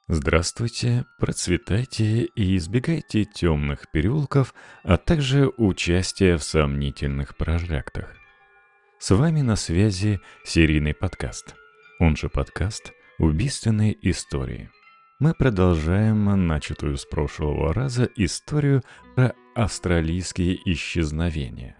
Здравствуйте, процветайте и избегайте темных переулков, а также участия в сомнительных прожектах. С вами на связи серийный подкаст, он же подкаст «Убийственные истории». Мы продолжаем начатую с прошлого раза историю про австралийские исчезновения.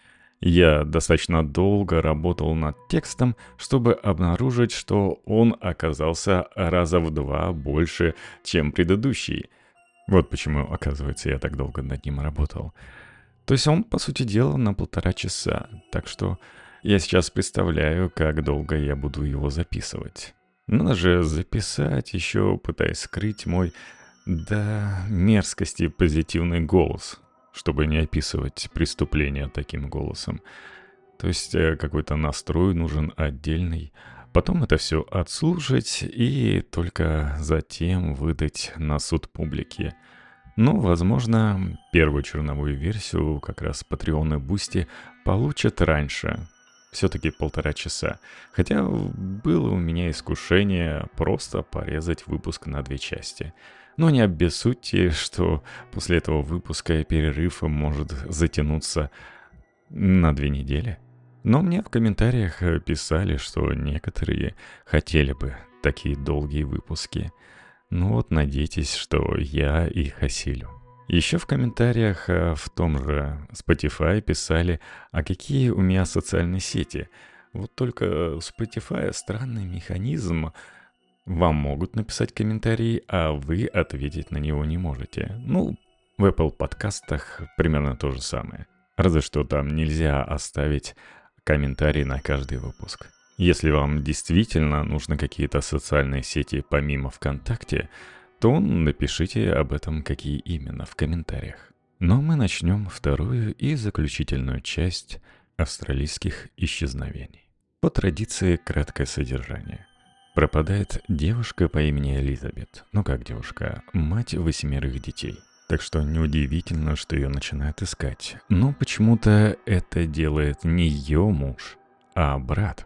Я достаточно долго работал над текстом, чтобы обнаружить, что он оказался раза в два больше, чем предыдущий. Вот почему, оказывается, я так долго над ним работал. То есть он, по сути дела, на 1,5 часа. Так что я сейчас представляю, как долго я буду его записывать. Надо же записать, еще пытаясь скрыть мой до мерзкости позитивный голос, чтобы не описывать преступления таким голосом. То есть какой-то настрой нужен отдельный. Потом это все отслушать и только затем выдать на суд публике. Но, возможно, первую черновую версию как раз Patreon и Boosty получат раньше. Все-таки 1,5 часа. Хотя было у меня искушение просто порезать выпуск на 2 части. Но не обессудьте, что после этого выпуска перерыв может затянуться на 2 недели. Но мне в комментариях писали, что некоторые хотели бы такие долгие выпуски. Ну вот, надейтесь, что я их осилю. Еще в комментариях в том же Spotify писали, а какие у меня социальные сети. Вот только у Spotify странный механизм. Вам могут написать комментарий, а вы ответить на него не можете. Ну, в Apple подкастах примерно то же самое. Разве что там нельзя оставить комментарий на каждый выпуск. Если вам действительно нужны какие-то социальные сети помимо ВКонтакте, то напишите об этом, какие именно, в комментариях. Но мы начнем вторую и заключительную часть австралийских исчезновений. По традиции краткое содержание. Пропадает девушка по имени Элизабет. Ну как девушка? Мать 8 детей. Так что неудивительно, что ее начинают искать. Но почему-то это делает не ее муж, а брат.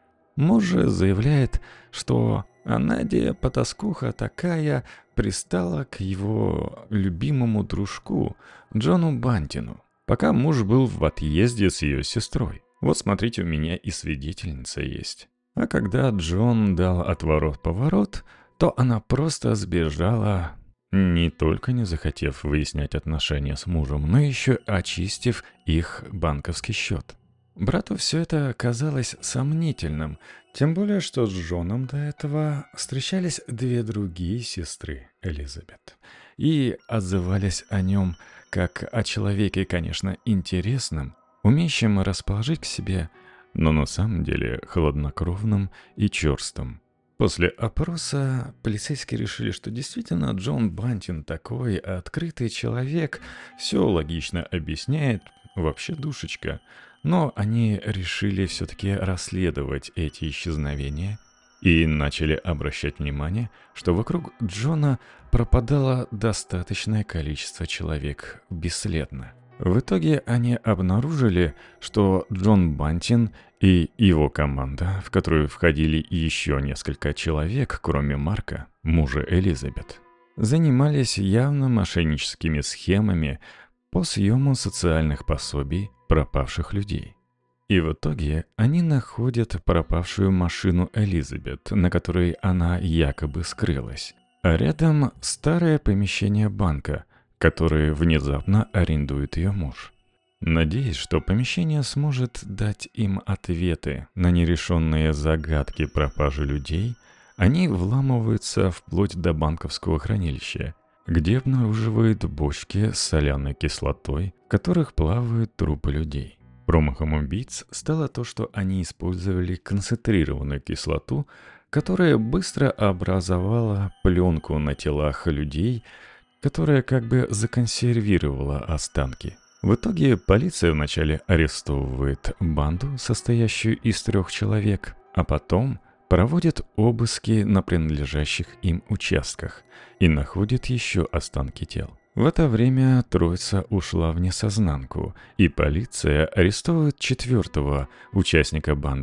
Муж же заявляет, что Надя потаскуха такая пристала к его любимому дружку Джону Бантину, пока муж был в отъезде с ее сестрой. Вот смотрите, у меня и свидетельница есть. А когда Джон дал отворот-поворот, то она просто сбежала, не только не захотев выяснять отношения с мужем, но еще очистив их банковский счет. Брату все это казалось сомнительным, тем более, что с Джоном до этого встречались 2 другие сестры Элизабет и отзывались о нем как о человеке, конечно, интересном, умеющем расположить к себе, но на самом деле хладнокровным и черстым. После опроса полицейские решили, что действительно Джон Бантин такой открытый человек, все логично объясняет, вообще душечка. Но они решили все-таки расследовать эти исчезновения и начали обращать внимание, что вокруг Джона пропадало достаточное количество человек бесследно. В итоге они обнаружили, что Джон Бантин и его команда, в которую входили еще несколько человек, кроме Марка, мужа Элизабет, занимались явно мошенническими схемами по съему социальных пособий пропавших людей. И в итоге они находят пропавшую машину Элизабет, на которой она якобы скрылась. А рядом старое помещение банка, которое внезапно арендует ее муж. Надеясь, что помещение сможет дать им ответы на нерешенные загадки пропажи людей, они вламываются вплоть до банковского хранилища, где обнаруживают бочки с соляной кислотой, в которых плавают трупы людей. Промахом убийц стало то, что они использовали концентрированную кислоту, которая быстро образовала пленку на телах людей, которая как бы законсервировала останки. В итоге полиция вначале арестовывает банду, состоящую из 3 человек, а потом проводит обыски на принадлежащих им участках и находит еще останки тел. В это время троица ушла в несознанку, и полиция арестовывает 4-го участника банды.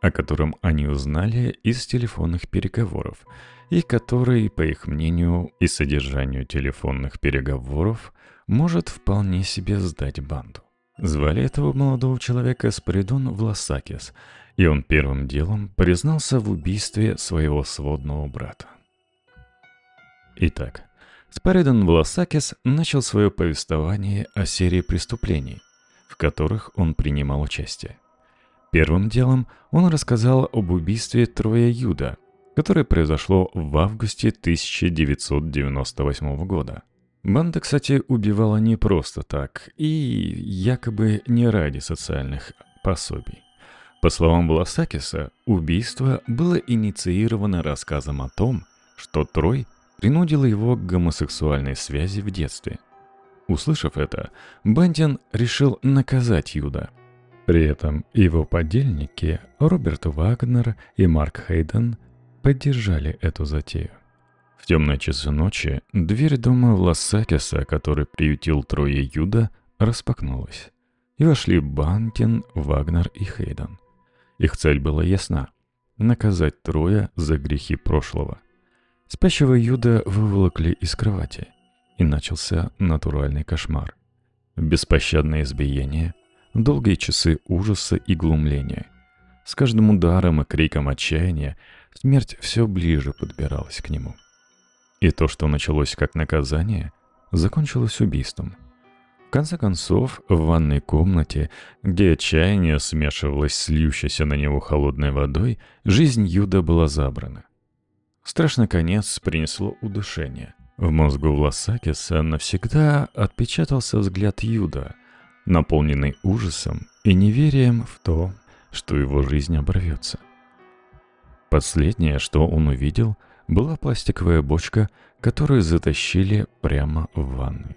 о котором они узнали из телефонных переговоров, и который, по их мнению и содержанию телефонных переговоров, может вполне себе сдать банду. Звали этого молодого человека Спиридон Власакис, и он первым делом признался в убийстве своего сводного брата. Итак, Спиридон Власакис начал свое повествование о серии преступлений, в которых он принимал участие. Первым делом он рассказал об убийстве Троя Юда, которое произошло в августе 1998 года. Банда, кстати, убивала не просто так и якобы не ради социальных пособий. По словам Власакиса, убийство было инициировано рассказом о том, что Трой принудил его к гомосексуальной связи в детстве. Услышав это, Бантин решил наказать Юда. При этом его подельники Роберт Вагнер и Марк Хейден поддержали эту затею. В темные часы ночи дверь дома Власакиса, который приютил Троя Юда, распахнулась, и вошли Бантин, Вагнер и Хейден. Их цель была ясна — наказать Троя за грехи прошлого. Спящего Юда выволокли из кровати, и начался натуральный кошмар. Беспощадное избиение, долгие часы ужаса и глумления. С каждым ударом и криком отчаяния смерть все ближе подбиралась к нему. И то, что началось как наказание, закончилось убийством. В конце концов, в ванной комнате, где отчаяние смешивалось с льющейся на него холодной водой, жизнь Юда была забрана. Страшный конец принесло удушение. В мозгу Власакиса навсегда отпечатался взгляд Юда, наполненный ужасом и неверием в то, что его жизнь оборвется. Последнее, что он увидел, была пластиковая бочка, которую затащили прямо в ванную.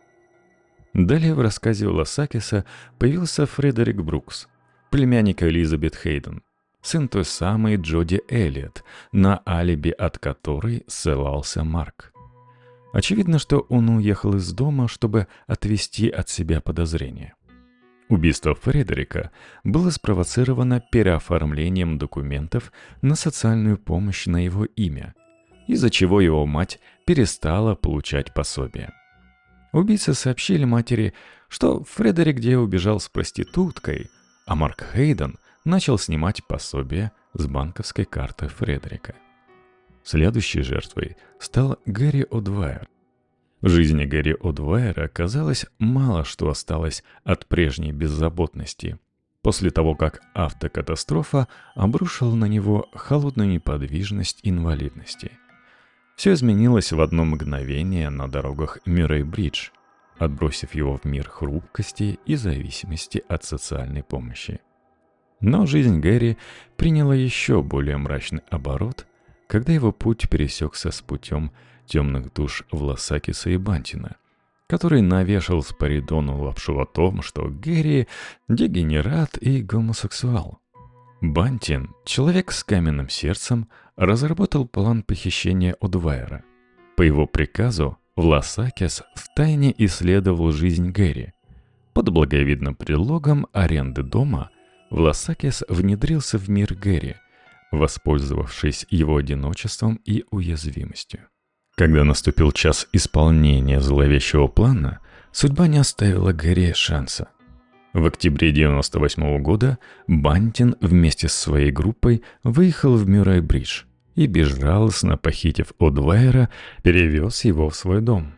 Далее в рассказе Власакиса появился Фредерик Брукс, племянник Элизабет Хейден, сын той самой Джоди Эллиот, на алиби от которой ссылался Марк. Очевидно, что он уехал из дома, чтобы отвести от себя подозрения. Убийство Фредерика было спровоцировано переоформлением документов на социальную помощь на его имя, из-за чего его мать перестала получать пособие. Убийцы сообщили матери, что Фредерик Де убежал с проституткой, а Марк Хейден начал снимать пособие с банковской карты Фредерика. Следующей жертвой стал Гэри Одвайер. В жизни Гэри Одвайера, казалось, мало что осталось от прежней беззаботности, после того, как автокатастрофа обрушила на него холодную неподвижность инвалидности. Все изменилось в одно мгновение на дорогах Мюррей-Бридж, отбросив его в мир хрупкости и зависимости от социальной помощи. Но жизнь Гэри приняла еще более мрачный оборот, когда его путь пересекся с путем темных душ Власакиса и Бантина, который навешал Спиридону лапшу о том, что Гэри – дегенерат и гомосексуал. Бантин, человек с каменным сердцем, разработал план похищения Одвайера. По его приказу Власакис втайне исследовал жизнь Гэри. Под благовидным предлогом аренды дома Власакис внедрился в мир Гэри, воспользовавшись его одиночеством и уязвимостью. Когда наступил час исполнения зловещего плана, судьба не оставила Гэри шанса. В октябре 1998 года Бантин вместе с своей группой выехал в Мюррей-Бридж и, безжалостно похитив Одвайера, перевез его в свой дом.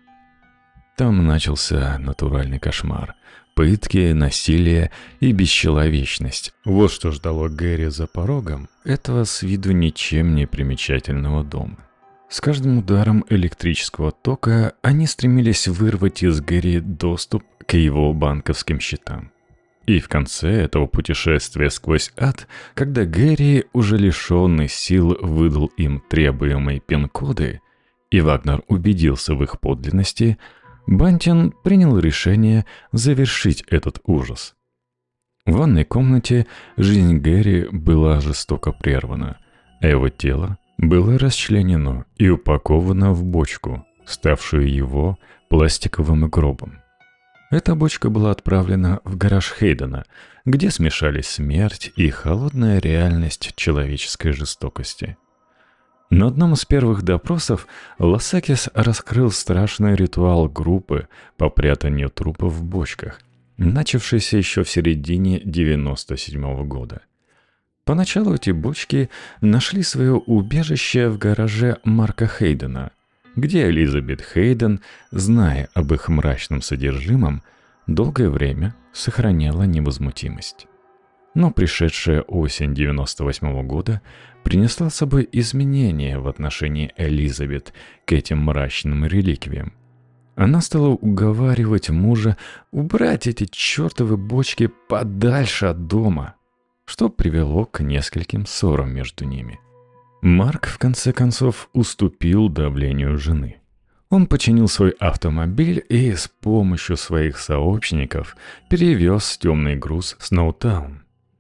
Там начался натуральный кошмар. Пытки, насилие и бесчеловечность. Вот что ждало Гэри за порогом этого с виду ничем не примечательного дома. С каждым ударом электрического тока они стремились вырвать из Гэри доступ к его банковским счетам. И в конце этого путешествия сквозь ад, когда Гэри, уже лишенный сил, выдал им требуемые пин-коды, и Вагнер убедился в их подлинности, Бантин принял решение завершить этот ужас. В ванной комнате жизнь Гэри была жестоко прервана, а его тело было расчленено и упаковано в бочку, ставшую его пластиковым гробом. Эта бочка была отправлена в гараж Хейдена, где смешались смерть и холодная реальность человеческой жестокости. На одном из первых допросов Лосакис раскрыл страшный ритуал группы по прятанию трупов в бочках, начавшийся еще в середине 1997 года. Поначалу эти бочки нашли свое убежище в гараже Марка Хейдена, где Элизабет Хейден, зная об их мрачном содержимом, долгое время сохраняла невозмутимость. Но пришедшая осень 1998 года принесла с собой изменения в отношении Элизабет к этим мрачным реликвиям. Она стала уговаривать мужа убрать эти чертовы бочки подальше от дома, что привело к нескольким ссорам между ними. Марк, в конце концов, уступил давлению жены. Он починил свой автомобиль и с помощью своих сообщников перевез темный груз в Сноутаун.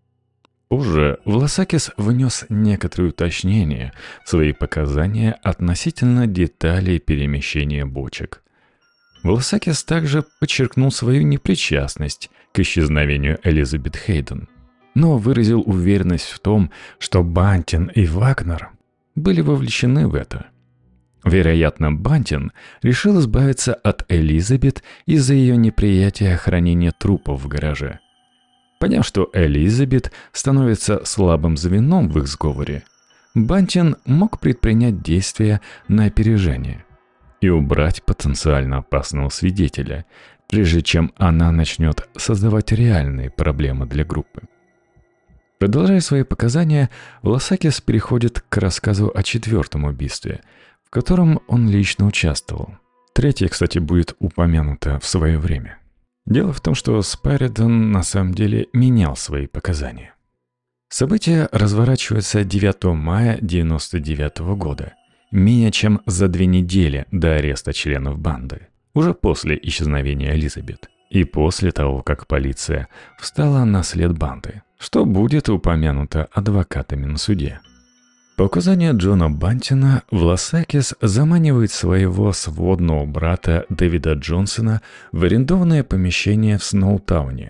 Позже Власакис внес некоторые уточнения в свои показания относительно деталей перемещения бочек. Власакис также подчеркнул свою непричастность к исчезновению Элизабет Хейден, но выразил уверенность в том, что Бантин и Вагнер были вовлечены в это. Вероятно, Бантин решил избавиться от Элизабет из-за ее неприятия хранения трупов в гараже. Поняв, что Элизабет становится слабым звеном в их сговоре, Бантин мог предпринять действия на опережение и убрать потенциально опасного свидетеля, прежде чем она начнет создавать реальные проблемы для группы. Продолжая свои показания, Власакис переходит к рассказу о четвертом убийстве, в котором он лично участвовал. Третье, кстати, будет упомянуто в свое время. Дело в том, что Спаридон на самом деле менял свои показания. События разворачиваются 9 мая 1999 года, менее чем за 2 недели до ареста членов банды, уже после исчезновения Элизабет и после того, как полиция встала на след банды, что будет упомянуто адвокатами на суде. По указанию Джона Бантина, Власакис заманивает своего сводного брата Дэвида Джонсона в арендованное помещение в Сноутауне.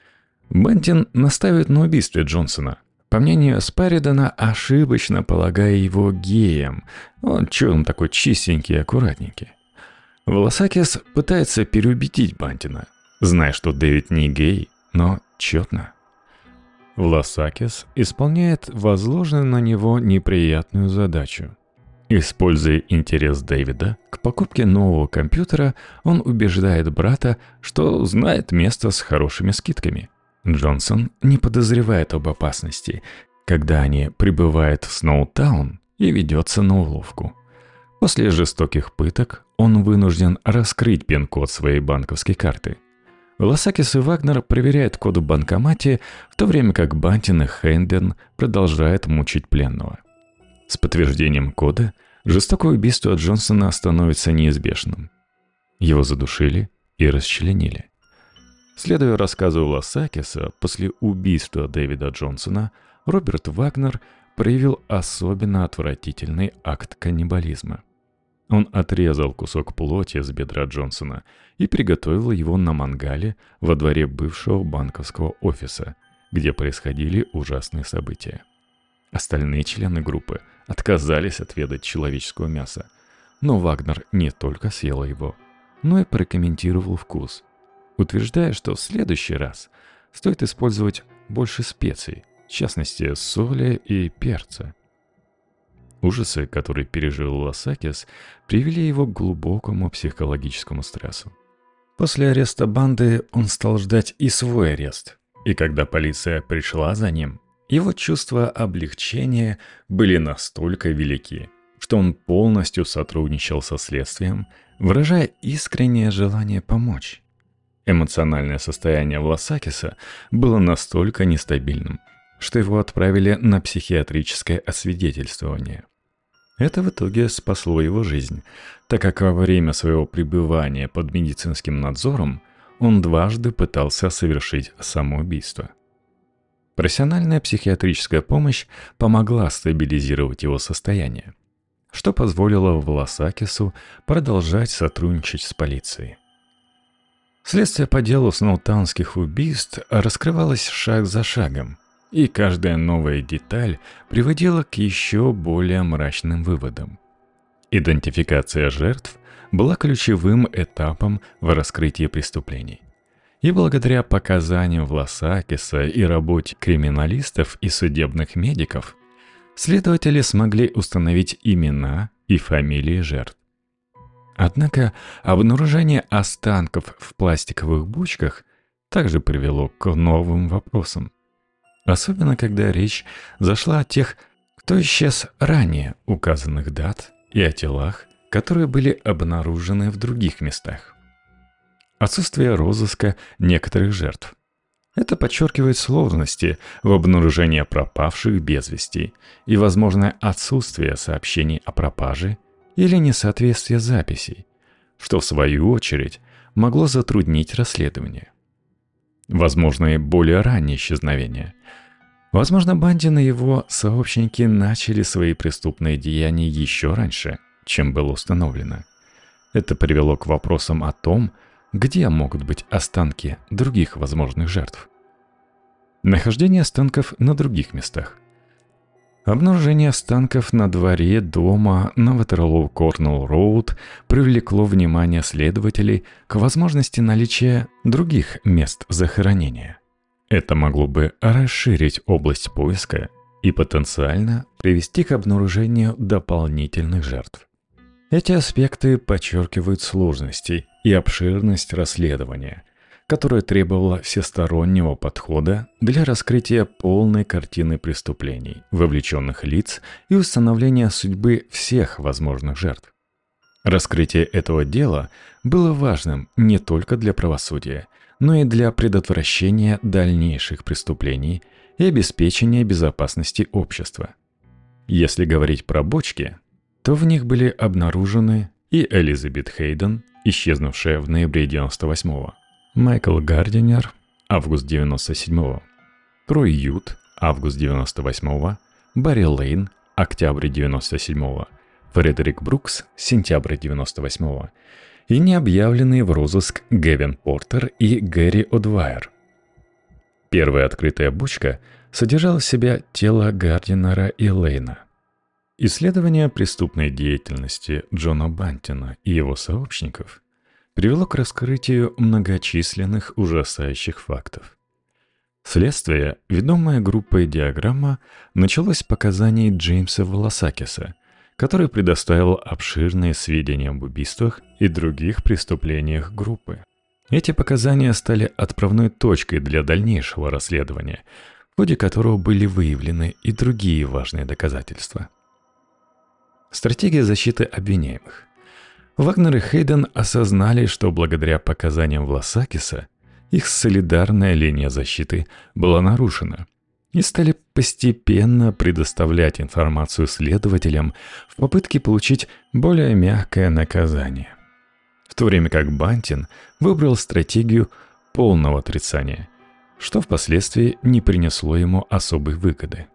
Бантин настаивает на убийстве Джонсона, по мнению Спаридона, ошибочно полагая его геем. Он такой чистенький и аккуратненький. Власакис пытается переубедить Бантина, зная, что Дэвид не гей, но четно. Власакис исполняет возложенную на него неприятную задачу. Используя интерес Дэвида к покупке нового компьютера, он убеждает брата, что знает место с хорошими скидками. Джонсон не подозревает об опасности, когда они прибывают в Сноутаун и ведется на уловку. После жестоких пыток он вынужден раскрыть пин-код своей банковской карты. Власакис и Вагнер проверяют код в банкомате, в то время как Бантин и Хейден продолжают мучить пленного. С подтверждением кода жестокое убийство Джонсона становится неизбежным. Его задушили и расчленили. Следуя рассказу Власакиса, после убийства Дэвида Джонсона Роберт Вагнер проявил особенно отвратительный акт каннибализма. Он отрезал кусок плоти с бедра Джонсона и приготовил его на мангале во дворе бывшего банковского офиса, где происходили ужасные события. Остальные члены группы отказались отведать человеческого мяса, но Вагнер не только съел его, но и прокомментировал вкус, утверждая, что в следующий раз стоит использовать больше специй, в частности соли и перца. Ужасы, которые пережил Власакис, привели его к глубокому психологическому стрессу. После ареста банды он стал ждать и свой арест, и когда полиция пришла за ним, его чувства облегчения были настолько велики, что он полностью сотрудничал со следствием, выражая искреннее желание помочь. Эмоциональное состояние Власакиса было настолько нестабильным, что его отправили на психиатрическое освидетельствование. Это в итоге спасло его жизнь, так как во время своего пребывания под медицинским надзором он дважды пытался совершить самоубийство. Профессиональная психиатрическая помощь помогла стабилизировать его состояние, что позволило Власакису продолжать сотрудничать с полицией. Следствие по делу сноутаунских убийств раскрывалось шаг за шагом, и каждая новая деталь приводила к еще более мрачным выводам. Идентификация жертв была ключевым этапом в раскрытии преступлений. И благодаря показаниям Власакиса и работе криминалистов и судебных медиков, следователи смогли установить имена и фамилии жертв. Однако обнаружение останков в пластиковых бочках также привело к новым вопросам. Особенно, когда речь зашла о тех, кто исчез ранее указанных дат, и о телах, которые были обнаружены в других местах. Отсутствие розыска некоторых жертв. Это подчеркивает сложности в обнаружении пропавших без вести и возможное отсутствие сообщений о пропаже или несоответствие записей, что в свою очередь могло затруднить расследование. Возможны более ранние исчезновения. Возможно, Бандин и его сообщники начали свои преступные деяния еще раньше, чем было установлено. Это привело к вопросам о том, где могут быть останки других возможных жертв. Нахождение останков на других местах. Обнаружение останков на дворе дома на Ватерлоу-Корнелл-Роуд привлекло внимание следователей к возможности наличия других мест захоронения. Это могло бы расширить область поиска и потенциально привести к обнаружению дополнительных жертв. Эти аспекты подчеркивают сложности и обширность расследования, которое требовало всестороннего подхода для раскрытия полной картины преступлений, вовлеченных лиц и установления судьбы всех возможных жертв. Раскрытие этого дела было важным не только для правосудия, но и для предотвращения дальнейших преступлений и обеспечения безопасности общества. Если говорить про бочки, то в них были обнаружены и Элизабет Хейден, исчезнувшая в ноябре 98-го, Майкл Гардинер, август 97-го, Трой Ют, август 98-го, Барри Лейн, октябрь 97-го, Фредерик Брукс, сентябрь 98-го, и необъявленные в розыск Гевин Портер и Гэри О'Двайер. Первая открытая бочка содержала в себе тело Гардинера и Лейна. Исследование преступной деятельности Джона Бантина и его сообщников привело к раскрытию многочисленных ужасающих фактов. Следствие, ведомое группой «Диаграмма», началось с показаний Джеймса Власакиса, который предоставил обширные сведения об убийствах и других преступлениях группы. Эти показания стали отправной точкой для дальнейшего расследования, в ходе которого были выявлены и другие важные доказательства. Стратегия защиты обвиняемых. Вагнер и Хейден осознали, что благодаря показаниям Власакиса их солидарная линия защиты была нарушена, и стали постепенно предоставлять информацию следователям в попытке получить более мягкое наказание. В то время как Бантин выбрал стратегию полного отрицания, что впоследствии не принесло ему особой выгоды.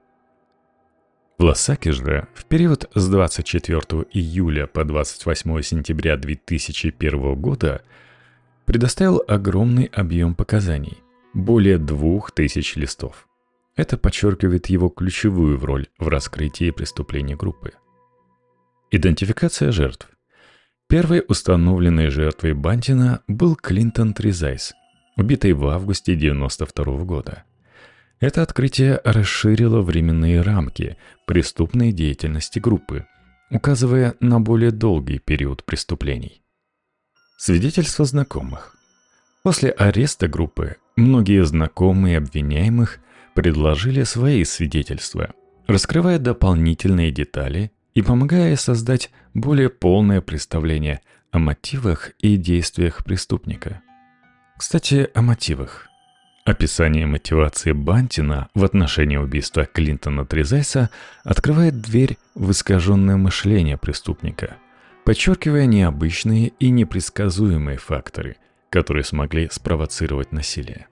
Власакис же в период с 24 июля по 28 сентября 2001 года предоставил огромный объем показаний, более 2000 листов. Это подчеркивает его ключевую роль в раскрытии преступлений группы. Идентификация жертв. Первой установленной жертвой Бантина был Клинтон Трезайс, убитый в августе 1992 года. Это открытие расширило временные рамки преступной деятельности группы, указывая на более долгий период преступлений. Свидетельства знакомых. После ареста группы многие знакомые обвиняемых предложили свои свидетельства, раскрывая дополнительные детали и помогая создать более полное представление о мотивах и действиях преступника. Кстати, о мотивах. Описание мотивации Бантина в отношении убийства Клинтона Трезайса открывает дверь в искаженное мышление преступника, подчеркивая необычные и непредсказуемые факторы, которые смогли спровоцировать насилие.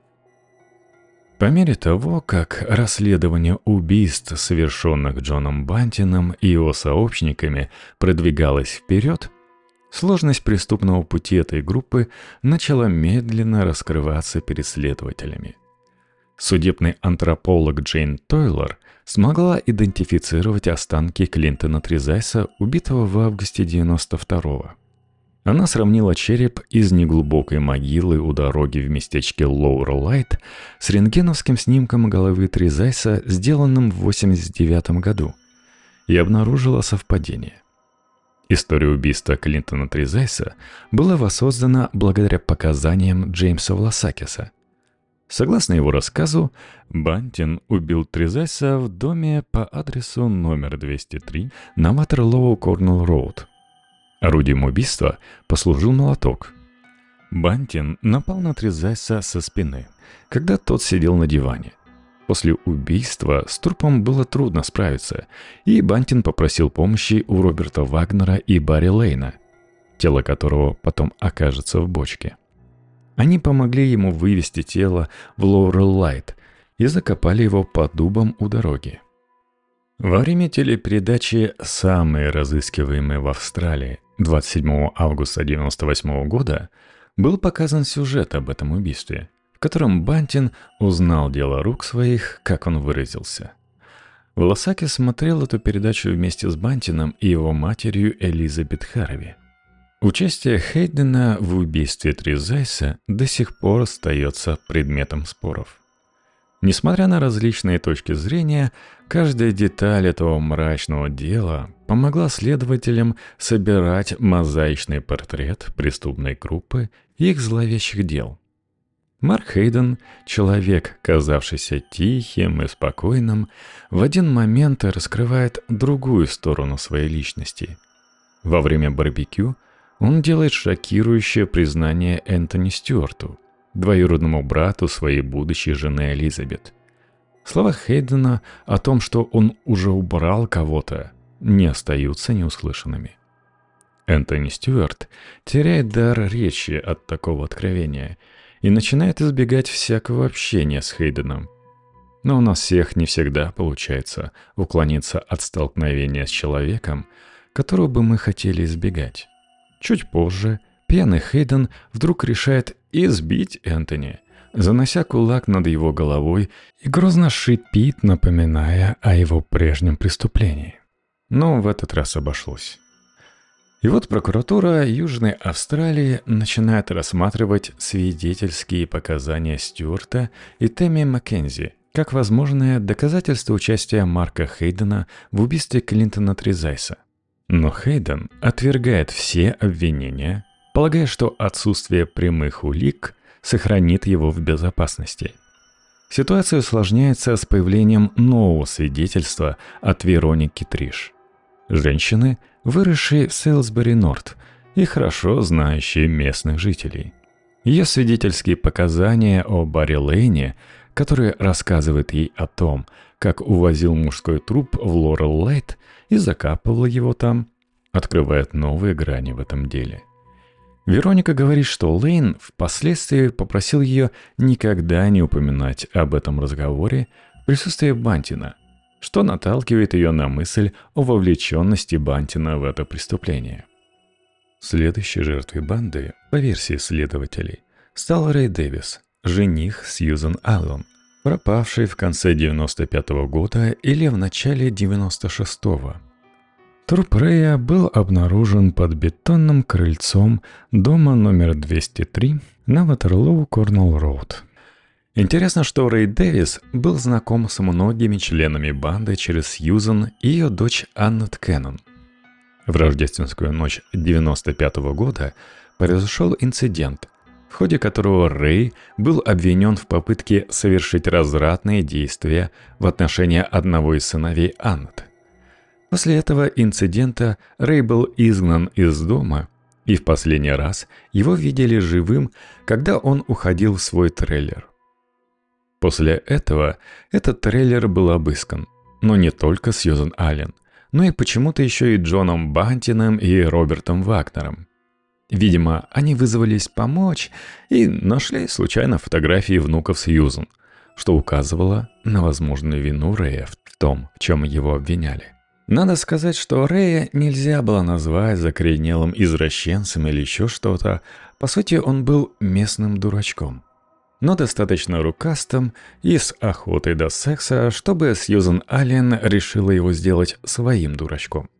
По мере того, как расследование убийств, совершенных Джоном Бантином и его сообщниками, продвигалось вперед, Сложность преступного пути этой группы начала медленно раскрываться перед следователями. Судебный антрополог Джейн Тойлор смогла идентифицировать останки Клинтона Трезайса, убитого в августе 92-го. Она сравнила череп из неглубокой могилы у дороги в местечке Лоурел-Лайт с рентгеновским снимком головы Трезайса, сделанным в 1989 году, и обнаружила совпадение. История убийства Клинтона Трезайса была воссоздана благодаря показаниям Джеймса Власакиса. Согласно его рассказу, Бантин убил Трезайса в доме по адресу номер 203 на Ватерлоу-Корнелл-Роуд. Орудием убийства послужил молоток. Бантин напал на Трезайса со спины, когда тот сидел на диване. После убийства с трупом было трудно справиться, и Бантин попросил помощи у Роберта Вагнера и Барри Лейна, тело которого потом окажется в бочке. Они помогли ему вывести тело в Лоурел-Лайт и закопали его под дубом у дороги. Во время телепередачи «Самые разыскиваемые в Австралии» 27 августа 1998 года был показан сюжет об этом убийстве, в котором Бантин узнал дело рук своих, как он выразился. Власакис смотрел эту передачу вместе с Бантином и его матерью Элизабет Харви. Участие Хейдена в убийстве Трезайса до сих пор остается предметом споров. Несмотря на различные точки зрения, каждая деталь этого мрачного дела помогла следователям собирать мозаичный портрет преступной группы и их зловещих дел. Марк Хейден, человек, казавшийся тихим и спокойным, в один момент раскрывает другую сторону своей личности. Во время барбекю он делает шокирующее признание Энтони Стюарту, двоюродному брату своей будущей жены Элизабет. Слова Хейдена о том, что он уже убрал кого-то, не остаются неуслышанными. Энтони Стюарт теряет дар речи от такого откровения и начинает избегать всякого общения с Хейденом. Но у нас всех не всегда получается уклониться от столкновения с человеком, которого бы мы хотели избегать. Чуть позже пьяный Хейден вдруг решает избить Энтони, занося кулак над его головой и грозно шипит, напоминая о его прежнем преступлении. Но в этот раз обошлось. И вот прокуратура Южной Австралии начинает рассматривать свидетельские показания Стюарта и Тэмми Маккензи как возможное доказательство участия Марка Хейдена в убийстве Клинтона Трезайса. Но Хейден отвергает все обвинения, полагая, что отсутствие прямых улик сохранит его в безопасности. Ситуация усложняется с появлением нового свидетельства от Вероники Триш, женщины, выросшей в Сейлсбери-Норт и хорошо знающей местных жителей. Ее свидетельские показания о Барри Лейне, который рассказывает ей о том, как увозил мужской труп в Лоурел-Лайт и закапывал его там, открывает новые грани в этом деле. Вероника говорит, что Лейн впоследствии попросил ее никогда не упоминать об этом разговоре в присутствии Бантина, что наталкивает ее на мысль о вовлеченности Бантина в это преступление. Следующей жертвой банды, по версии следователей, стал Рэй Дэвис, жених Сьюзан Аллен, пропавший в конце 95-го года или в начале 96-го. Труп Рэя был обнаружен под бетонным крыльцом дома номер 203 на Ватерлоу-Корнелл-Роуд. Интересно, что Рэй Дэвис был знаком с многими членами банды через Сьюзан и ее дочь Аннет Кеннон. В рождественскую ночь 95-го года произошел инцидент, в ходе которого Рэй был обвинен в попытке совершить развратные действия в отношении одного из сыновей Аннет. После этого инцидента Рэй был изгнан из дома, и в последний раз его видели живым, когда он уходил в свой трейлер. После этого этот трейлер был обыскан, но не только Сьюзан Аллен, но и почему-то еще и Джоном Бантином и Робертом Вагнером. Видимо, они вызвались помочь и нашли случайно фотографии внуков Сьюзан, что указывало на возможную вину Рэя в том, в чем его обвиняли. Надо сказать, что Рэя нельзя было назвать закоренелым извращенцем или еще что-то. По сути, он был местным дурачком. Но достаточно рукастым и с охотой до секса, чтобы Сьюзен Аллен решила его сделать своим дурачком.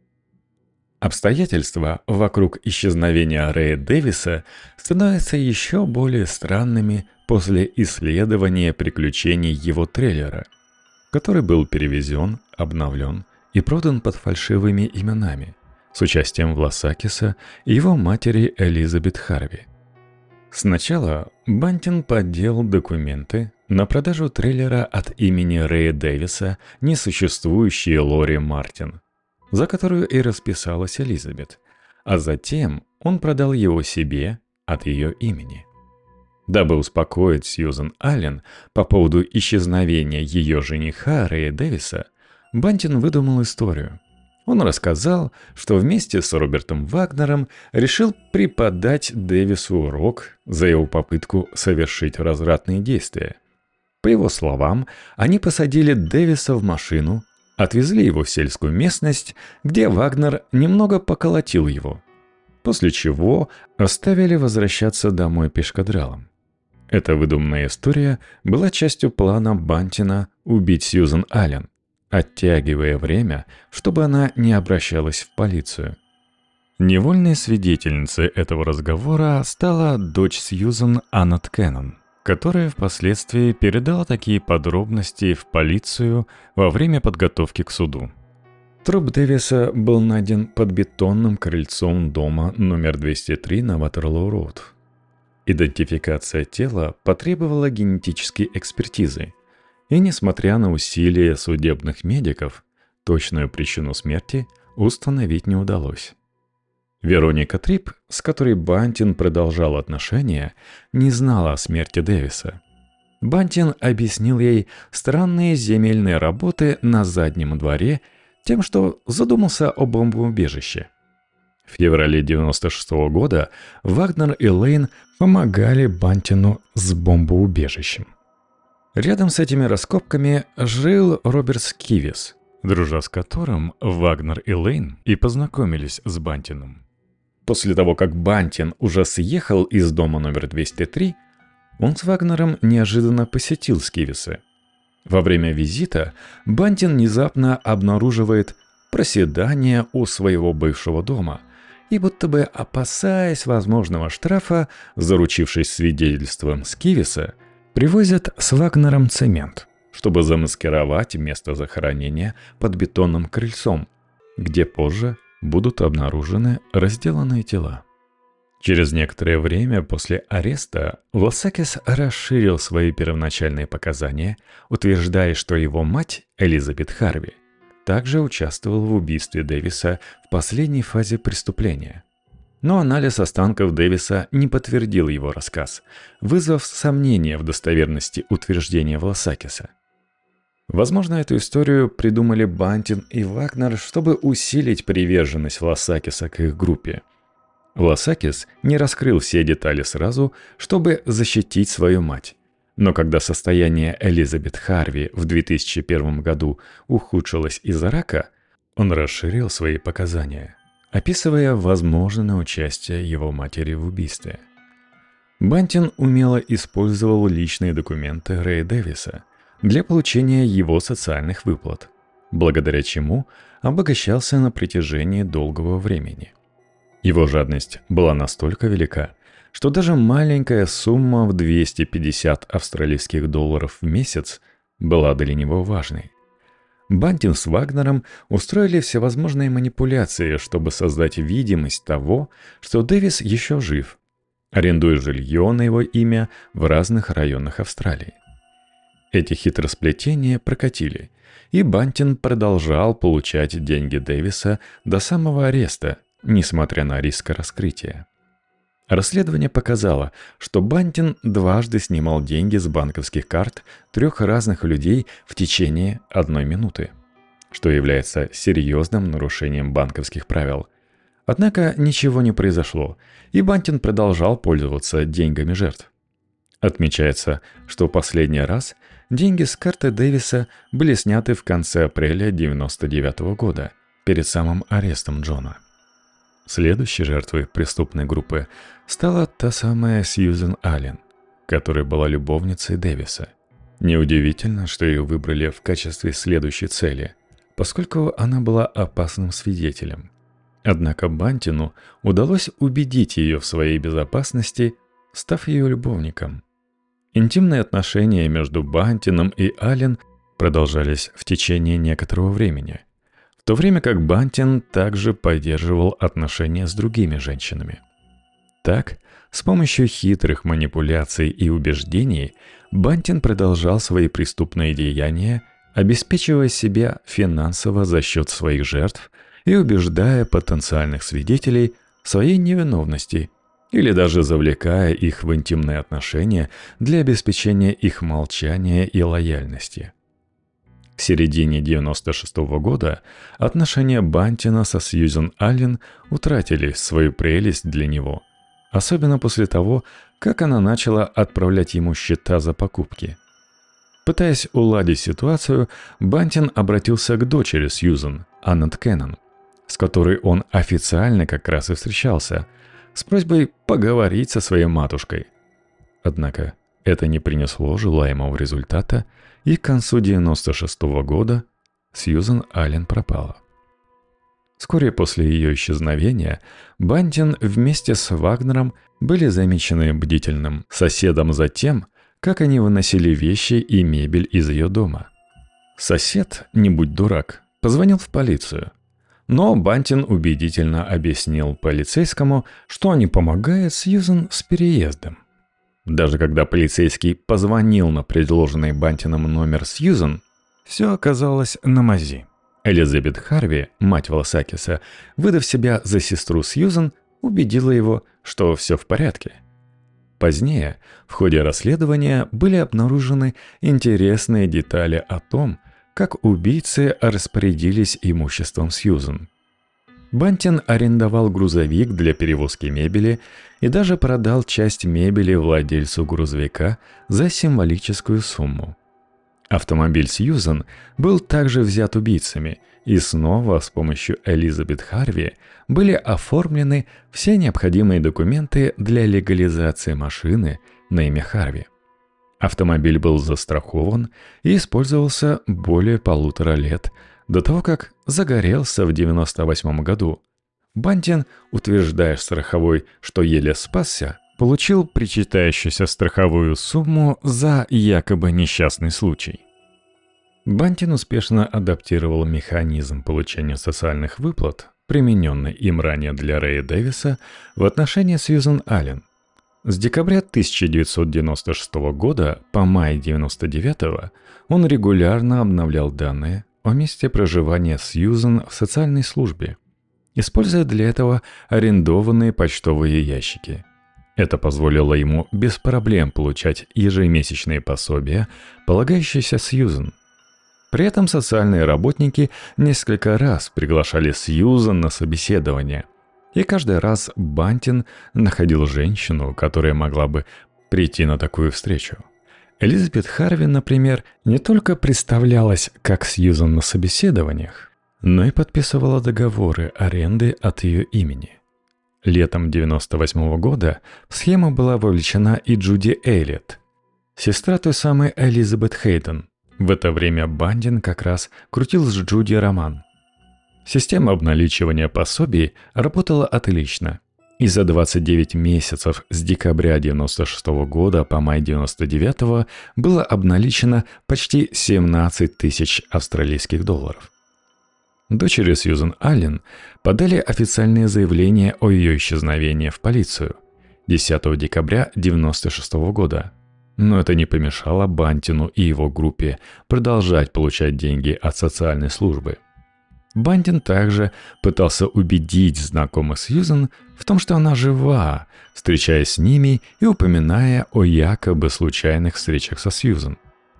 Обстоятельства вокруг исчезновения Рэя Дэвиса становятся еще более странными после исследования приключений его трейлера, который был перевезен, обновлен и продан под фальшивыми именами, с участием Власакиса и его матери Элизабет Харви. Сначала Бантин подделал документы на продажу трейлера от имени Рэя Дэвиса несуществующей Лори Мартин, за которую и расписалась Элизабет, а затем он продал его себе от ее имени. Дабы успокоить Сьюзен Аллен по поводу исчезновения ее жениха Рэя Дэвиса, Бантин выдумал историю. Он рассказал, что вместе с Робертом Вагнером решил преподать Дэвису урок за его попытку совершить развратные действия. По его словам, они посадили Дэвиса в машину, отвезли его в сельскую местность, где Вагнер немного поколотил его, после чего оставили возвращаться домой пешкадралом. Эта выдуманная история была частью плана Бантина убить Сьюзен Аллен, оттягивая время, чтобы она не обращалась в полицию. Невольной свидетельницей этого разговора стала дочь Сьюзен Аннет Кеннон, которая впоследствии передала такие подробности в полицию во время подготовки к суду. Труп Дэвиса был найден под бетонным крыльцом дома номер 203 на Ватерлоу-роуд. Идентификация тела потребовала генетической экспертизы, и, несмотря на усилия судебных медиков, точную причину смерти установить не удалось. Вероника Трип, с которой Бантин продолжал отношения, не знала о смерти Дэвиса. Бантин объяснил ей странные земельные работы на заднем дворе тем, что задумался о бомбоубежище. В феврале 1996 года Вагнер и Лейн помогали Бантину с бомбоубежищем. Рядом с этими раскопками жил Роберт Скивис, дружа с которым Вагнер и Лейн и познакомились с Бантином. После того, как Бантин уже съехал из дома номер 203, он с Вагнером неожиданно посетил Скивиса. Во время визита Бантин внезапно обнаруживает проседание у своего бывшего дома и, будто бы опасаясь возможного штрафа, заручившись свидетельством Скивиса, привозят с Вагнером цемент, чтобы замаскировать место захоронения под бетонным крыльцом, где позже будут обнаружены разделанные тела. Через некоторое время после ареста Власакис расширил свои первоначальные показания, утверждая, что его мать, Элизабет Харви, также участвовала в убийстве Дэвиса в последней фазе преступления. Но анализ останков Дэвиса не подтвердил его рассказ, вызвав сомнения в достоверности утверждения Власакиса. Возможно, эту историю придумали Бантин и Вагнер, чтобы усилить приверженность Власакиса к их группе. Власакис не раскрыл все детали сразу, чтобы защитить свою мать. Но когда состояние Элизабет Харви в 2001 году ухудшилось из-за рака, он расширил свои показания, описывая возможное участие его матери в убийстве. Бантин умело использовал личные документы Рэя Дэвиса для получения его социальных выплат, благодаря чему обогащался на протяжении долгого времени. Его жадность была настолько велика, что даже маленькая сумма в 250 австралийских долларов в месяц была для него важной. Бантин с Вагнером устроили всевозможные манипуляции, чтобы создать видимость того, что Дэвис еще жив, арендуя жилье на его имя в разных районах Австралии. Эти хитросплетения прокатили, и Бантин продолжал получать деньги Дэвиса до самого ареста, несмотря на риск раскрытия. Расследование показало, что Бантин дважды снимал деньги с банковских карт 3 разных людей в течение 1 минуты, что является серьезным нарушением банковских правил. Однако ничего не произошло, и Бантин продолжал пользоваться деньгами жертв. Отмечается, что последний раз деньги с карты Дэвиса были сняты в конце апреля 1999 года, перед самым арестом Джона. Следующей жертвой преступной группы стала та самая Сьюзен Аллен, которая была любовницей Дэвиса. Неудивительно, что ее выбрали в качестве следующей цели, поскольку она была опасным свидетелем. Однако Бантину удалось убедить ее в своей безопасности, став ее любовником. Интимные отношения между Бантином и Аллен продолжались в течение некоторого времени, в то время как Бантин также поддерживал отношения с другими женщинами. Так, с помощью хитрых манипуляций и убеждений Бантин продолжал свои преступные деяния, обеспечивая себя финансово за счет своих жертв и убеждая потенциальных свидетелей в своей невиновности или даже завлекая их в интимные отношения для обеспечения их молчания и лояльности. К середине 1996 года отношения Бантина со Сьюзен Аллен утратили свою прелесть для него, особенно после того, как она начала отправлять ему счета за покупки. Пытаясь уладить ситуацию, Бантин обратился к дочери Сьюзен, Аннет Кеннон, с которой он официально как раз и встречался, с просьбой поговорить со своей матушкой. Однако это не принесло желаемого результата, и к концу 1996 года Сьюзен Аллен пропала. Вскоре после ее исчезновения Бантин вместе с Вагнером были замечены бдительным соседом за тем, как они выносили вещи и мебель из ее дома. Сосед, не будь дурак, позвонил в полицию. Но Бантин убедительно объяснил полицейскому, что не помогает Сьюзен с переездом. Даже когда полицейский позвонил на предложенный Бантином номер Сьюзен, все оказалось на мази. Элизабет Харви, мать Валсакиса, выдав себя за сестру Сьюзен, убедила его, что все в порядке. Позднее, в ходе расследования, были обнаружены интересные детали о том, как убийцы распорядились имуществом Сьюзен. Бантин арендовал грузовик для перевозки мебели и даже продал часть мебели владельцу грузовика за символическую сумму. Автомобиль Сьюзен был также взят убийцами, и снова с помощью Элизабет Харви были оформлены все необходимые документы для легализации машины на имя Харви. Автомобиль был застрахован и использовался более 1,5 лет до того, как загорелся в 1998 году. Бантин, утверждая страховой, что еле спасся, получил причитающуюся страховую сумму за якобы несчастный случай. Бантин успешно адаптировал механизм получения социальных выплат, примененный им ранее для Рэя Дэвиса, в отношении Сьюзен Аллен. С декабря 1996 года по май 1999 он регулярно обновлял данные о месте проживания Сьюзен в социальной службе, используя для этого арендованные почтовые ящики. Это позволило ему без проблем получать ежемесячные пособия, полагающиеся Сьюзен. При этом социальные работники несколько раз приглашали Сьюзен на собеседование, и каждый раз Бантин находил женщину, которая могла бы прийти на такую встречу. Элизабет Харви, например, не только представлялась как Сьюзен на собеседованиях, но и подписывала договоры аренды от ее имени. Летом 1998 года в схему была вовлечена и Джуди Эйлетт, сестра той самой Элизабет Хейден. В это время Бантин как раз крутил с Джуди роман. Система обналичивания пособий работала отлично, и за 29 месяцев с декабря 1996 года по май 1999 было обналичено почти 17 тысяч австралийских долларов. Дочери Сьюзен Аллен подали официальное заявление о ее исчезновении в полицию 10 декабря 1996 года, но это не помешало Бантину и его группе продолжать получать деньги от социальной службы. Бантин также пытался убедить знакомых Сьюзен в том, что она жива, встречаясь с ними и упоминая о якобы случайных встречах со Сьюзен.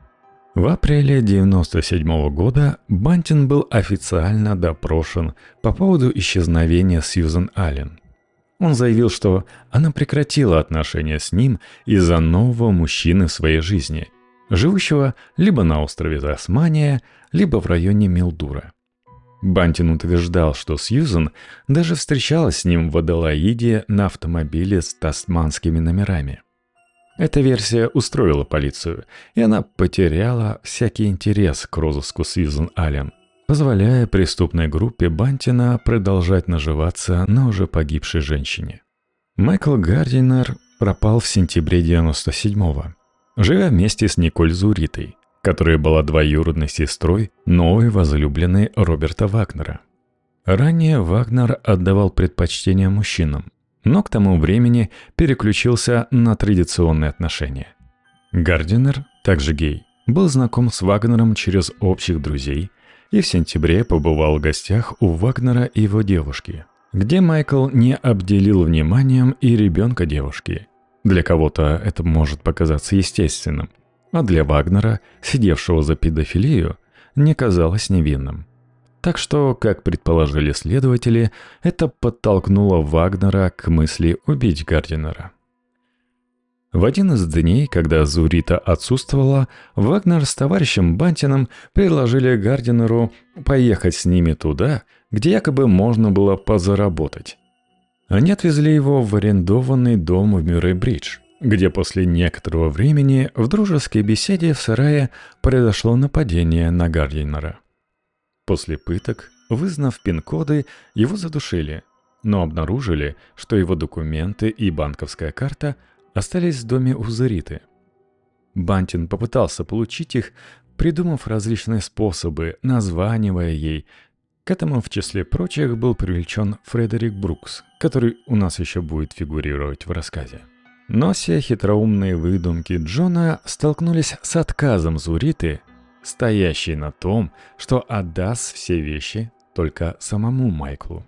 В апреле 1997 года Бантин был официально допрошен по поводу исчезновения Сьюзен Аллен. Он заявил, что она прекратила отношения с ним из-за нового мужчины в своей жизни, живущего либо на острове Тасмания, либо в районе Милдура. Бантин утверждал, что Сьюзен даже встречалась с ним в Аделаиде на автомобиле с тасманскими номерами. Эта версия устроила полицию, и она потеряла всякий интерес к розыску Сьюзен Аллен, позволяя преступной группе Бантина продолжать наживаться на уже погибшей женщине. Майкл Гардинер пропал в сентябре 97-го, живя вместе с Николь Зуритой, которая была двоюродной сестрой новой возлюбленной Роберта Вагнера. Ранее Вагнер отдавал предпочтение мужчинам, но к тому времени переключился на традиционные отношения. Гардинер, также гей, был знаком с Вагнером через общих друзей и в сентябре побывал в гостях у Вагнера и его девушки, где Майкл не обделил вниманием и ребенка девушки. Для кого-то это может показаться естественным, а для Вагнера, сидевшего за педофилию, не казалось невинным. Так что, как предположили следователи, это подтолкнуло Вагнера к мысли убить Гардинера. В один из дней, когда Зурита отсутствовала, Вагнер с товарищем Бантином предложили Гардинеру поехать с ними туда, где якобы можно было позаработать. Они отвезли его в арендованный дом в Мюррей-Бридж, где после некоторого времени в дружеской беседе в сарае произошло нападение на Гардинера. После пыток, вызнав пин-коды, его задушили, но обнаружили, что его документы и банковская карта остались в доме у Зуриты. Бантин попытался получить их, придумав различные способы, названивая ей. К этому, в числе прочих, был привлечен Фредерик Брукс, который у нас еще будет фигурировать в рассказе. Но все хитроумные выдумки Джона столкнулись с отказом Зуриты, стоящей на том, что отдаст все вещи только самому Майклу.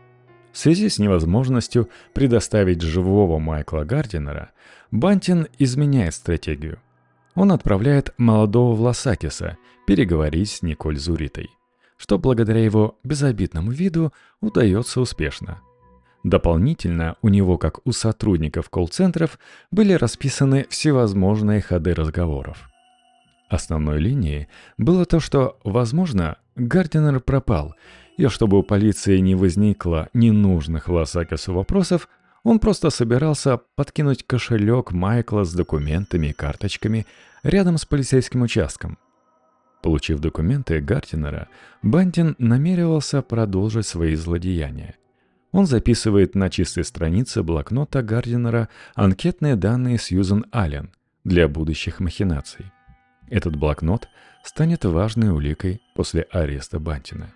В связи с невозможностью предоставить живого Майкла Гардинера, Бантин изменяет стратегию. Он отправляет молодого Власакиса переговорить с Николь Зуритой, что благодаря его безобидному виду удается успешно. Дополнительно у него, как у сотрудников колл-центров, были расписаны всевозможные ходы разговоров. Основной линией было то, что, возможно, Гардинер пропал, и чтобы у полиции не возникло ненужных Власакису вопросов, он просто собирался подкинуть кошелек Майкла с документами и карточками рядом с полицейским участком. Получив документы Гардинера, Бантин намеревался продолжить свои злодеяния. Он записывает на чистой странице блокнота Гардинера анкетные данные Сьюзен Аллен для будущих махинаций. Этот блокнот станет важной уликой после ареста Бантина.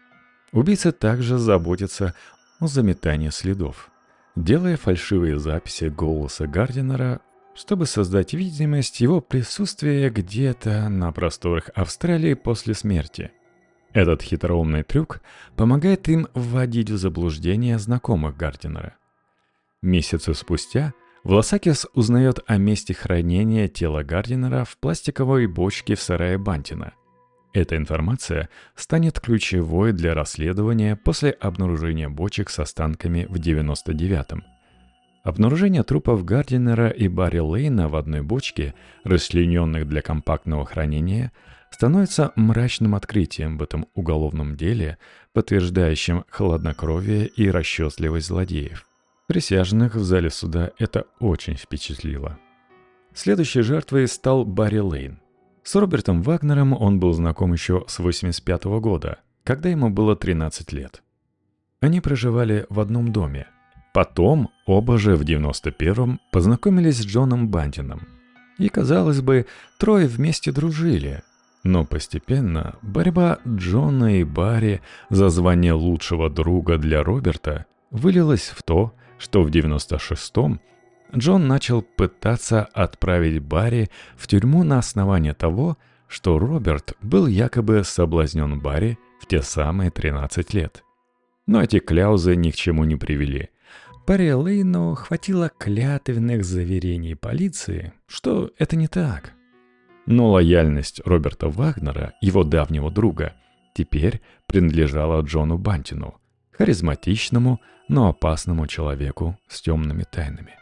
Убийца также заботится о заметании следов, делая фальшивые записи голоса Гардинера, чтобы создать видимость его присутствия где-то на просторах Австралии после смерти. Этот хитроумный трюк помогает им вводить в заблуждение знакомых Гардинера. Месяцы спустя Власакис узнает о месте хранения тела Гардинера в пластиковой бочке в сарае Бантина. Эта информация станет ключевой для расследования после обнаружения бочек с останками в 99-м. Обнаружение трупов Гардинера и Барри Лейна в одной бочке, расчлененных для компактного хранения, становится мрачным открытием в этом уголовном деле, подтверждающим хладнокровие и расчетливость злодеев. Присяжных в зале суда это очень впечатлило. Следующей жертвой стал Барри Лейн. С Робертом Вагнером он был знаком еще с 1985 года, когда ему было 13 лет. Они проживали в одном доме. Потом оба же в 1991-м познакомились с Джоном Бантином. И, казалось бы, трое вместе дружили. Но постепенно борьба Джона и Барри за звание лучшего друга для Роберта вылилась в то, что в 1996-м Джон начал пытаться отправить Барри в тюрьму на основании того, что Роберт был якобы соблазнен Барри в те самые 13 лет. Но эти кляузы ни к чему не привели. Барри Лейну хватило клятвенных заверений полиции, что это не так. Но лояльность Роберта Вагнера, его давнего друга, теперь принадлежала Джону Бантину, харизматичному, но опасному человеку с темными тайнами.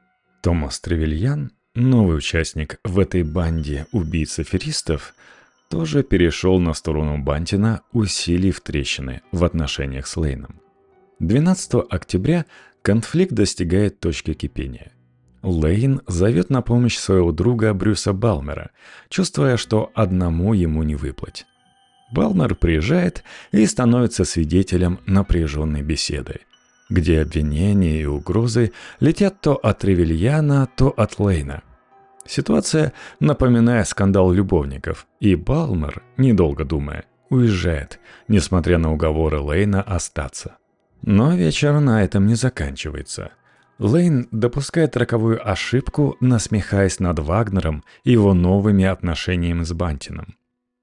Томас Тревельян, новый участник в этой банде убийц-аферистов, тоже перешел на сторону Бантина, усилив трещины в отношениях с Лейном. 12 октября конфликт достигает точки кипения. Лейн зовет на помощь своего друга Брюса Балмера, чувствуя, что одному ему не выплыть. Балмер приезжает и становится свидетелем напряженной беседы, где обвинения и угрозы летят то от Тревельяна, то от Лейна. Ситуация напоминает скандал любовников, и Балмер, недолго думая, уезжает, несмотря на уговоры Лейна остаться. Но вечер на этом не заканчивается. Лейн допускает роковую ошибку, насмехаясь над Вагнером и его новыми отношениями с Бантином.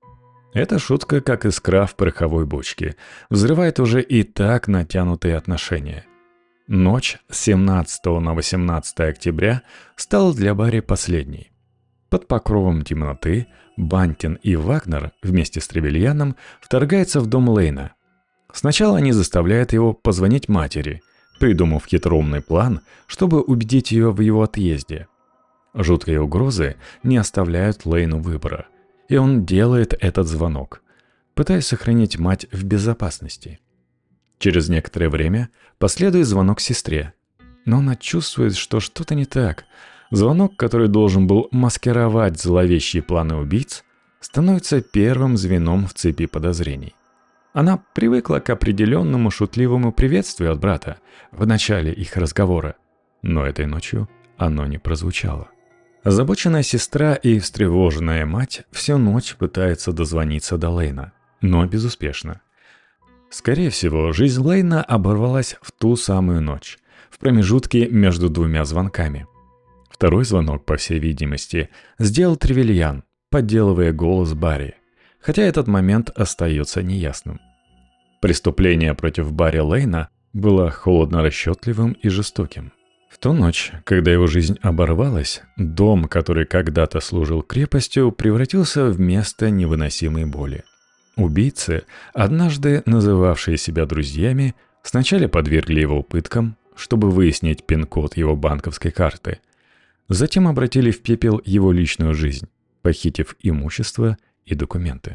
Эта шутка, как искра в пороховой бочке, взрывает уже и так натянутые отношения. Ночь с 17 на 18 октября стала для Барри последней. Под покровом темноты Бантин и Вагнер вместе с Тревельяном вторгаются в дом Лейна. Сначала они заставляют его позвонить матери, придумав хитроумный план, чтобы убедить ее в его отъезде. Жуткие угрозы не оставляют Лейну выбора, и он делает этот звонок, пытаясь сохранить мать в безопасности. Через некоторое время последует звонок сестре, но она чувствует, что что-то не так. Звонок, который должен был маскировать зловещие планы убийц, становится первым звеном в цепи подозрений. Она привыкла к определенному шутливому приветствию от брата в начале их разговора, но этой ночью оно не прозвучало. Озабоченная сестра и встревоженная мать всю ночь пытаются дозвониться до Лейна, но безуспешно. Скорее всего, жизнь Лейна оборвалась в ту самую ночь, в промежутке между двумя звонками. Второй звонок, по всей видимости, сделал Тревельян, подделывая голос Барри, хотя этот момент остается неясным. Преступление против Барри Лейна было холодно-расчетливым и жестоким. В ту ночь, когда его жизнь оборвалась, дом, который когда-то служил крепостью, превратился в место невыносимой боли. Убийцы, однажды называвшие себя друзьями, сначала подвергли его пыткам, чтобы выяснить пин-код его банковской карты. Затем обратили в пепел его личную жизнь, похитив имущество и документы.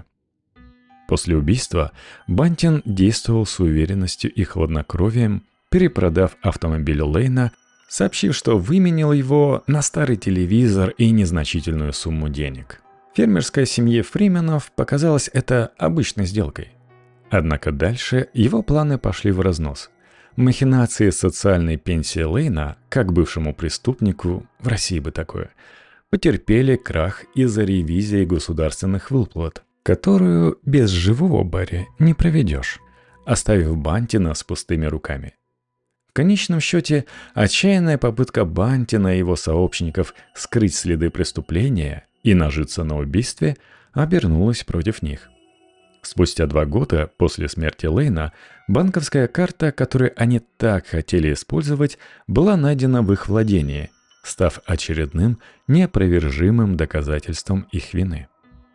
После убийства Бантин действовал с уверенностью и хладнокровием, перепродав автомобиль Лейна, сообщив, что выменял его на старый телевизор и незначительную сумму денег. Фермерской семье Фрименов показалось это обычной сделкой. Однако дальше его планы пошли в разнос. Махинации с социальной пенсией Лейна, как бывшему преступнику, в России бы такое, потерпели крах из-за ревизии государственных выплат, которую без живого Барри не проведешь, оставив Бантина с пустыми руками. В конечном счете, отчаянная попытка Бантина и его сообщников скрыть следы преступления и нажиться на убийстве обернулась против них. Спустя 2 года после смерти Лейна банковская карта, которую они так хотели использовать, была найдена в их владении, став очередным неопровержимым доказательством их вины.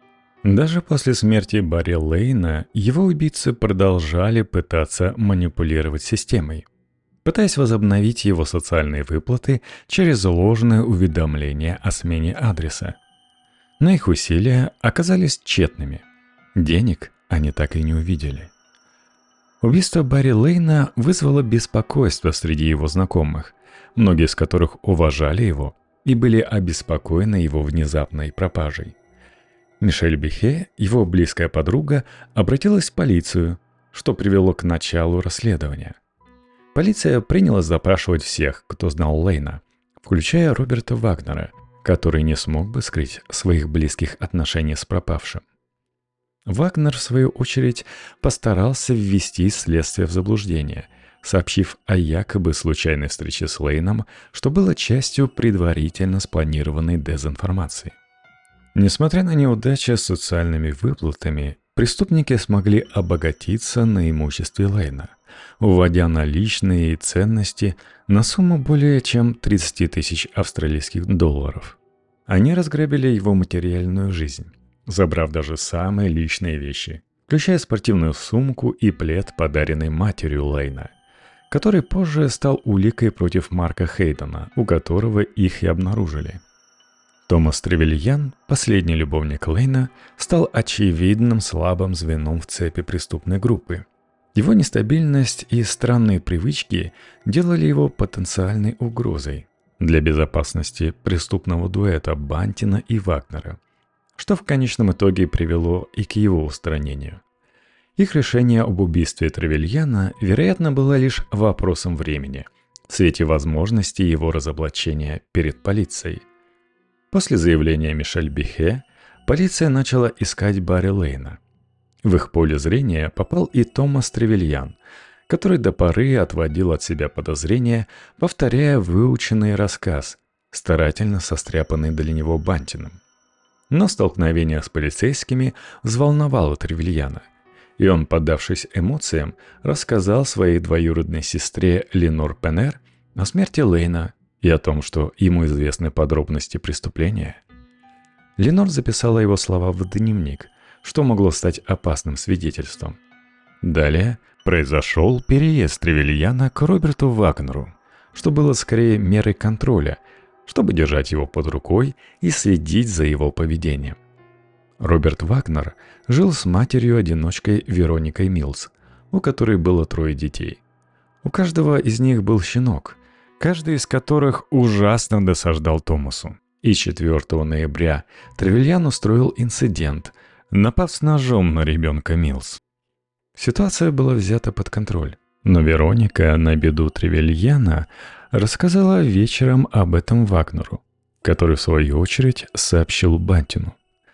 Даже после смерти Барри Лейна его убийцы продолжали пытаться манипулировать системой, пытаясь возобновить его социальные выплаты через ложное уведомление о смене адреса. Но их усилия оказались тщетными. Денег они так и не увидели. Убийство Барри Лейна вызвало беспокойство среди его знакомых, многие из которых уважали его и были обеспокоены его внезапной пропажей. Мишель Бехе, его близкая подруга, обратилась в полицию, что привело к началу расследования. Полиция принялась запрашивать всех, кто знал Лейна, включая Роберта Вагнера, который не смог бы скрыть своих близких отношений с пропавшим. Вагнер, в свою очередь, постарался ввести следствие в заблуждение, сообщив о якобы случайной встрече с Лейном, что было частью предварительно спланированной дезинформации. Несмотря на неудачи с социальными выплатами, преступники смогли обогатиться на имуществе Лейна, уводя наличные и ценности на сумму более чем 30 тысяч австралийских долларов. Они разграбили его материальную жизнь, забрав даже самые личные вещи, включая спортивную сумку и плед, подаренный матерью Лейна, который позже стал уликой против Марка Хейдена, у которого их и обнаружили. Томас Тревельян, последний любовник Лейна, стал очевидным слабым звеном в цепи преступной группы. Его нестабильность и странные привычки делали его потенциальной угрозой для безопасности преступного дуэта Бантина и Вагнера, что в конечном итоге привело и к его устранению. Их решение об убийстве Тревельяна, вероятно, было лишь вопросом времени в свете возможности его разоблачения перед полицией. После заявления Мишель Бихе полиция начала искать Барри Лейна. В их поле зрения попал и Томас Тревельян, который до поры отводил от себя подозрения, повторяя выученный рассказ, старательно состряпанный для него Бантином. Но столкновение с полицейскими взволновало Тревельяна, и он, поддавшись эмоциям, рассказал своей двоюродной сестре Ленор Пеннер о смерти Лейна и о том, что ему известны подробности преступления. Ленор записала его слова в дневник, что могло стать опасным свидетельством. Далее произошел переезд Тревельяна к Роберту Вагнеру, что было скорее мерой контроля, чтобы держать его под рукой и следить за его поведением. Роберт Вагнер жил с матерью-одиночкой Вероникой Милс, у которой было 3 детей. У каждого из них был щенок, каждый из которых ужасно досаждал Томасу. И 4 ноября Тревельян устроил инцидент, напав с ножом на ребенка Милс. Ситуация была взята под контроль, но Вероника на беду Тревельяна рассказала вечером об этом Вагнеру, который в свою очередь сообщил Бантину.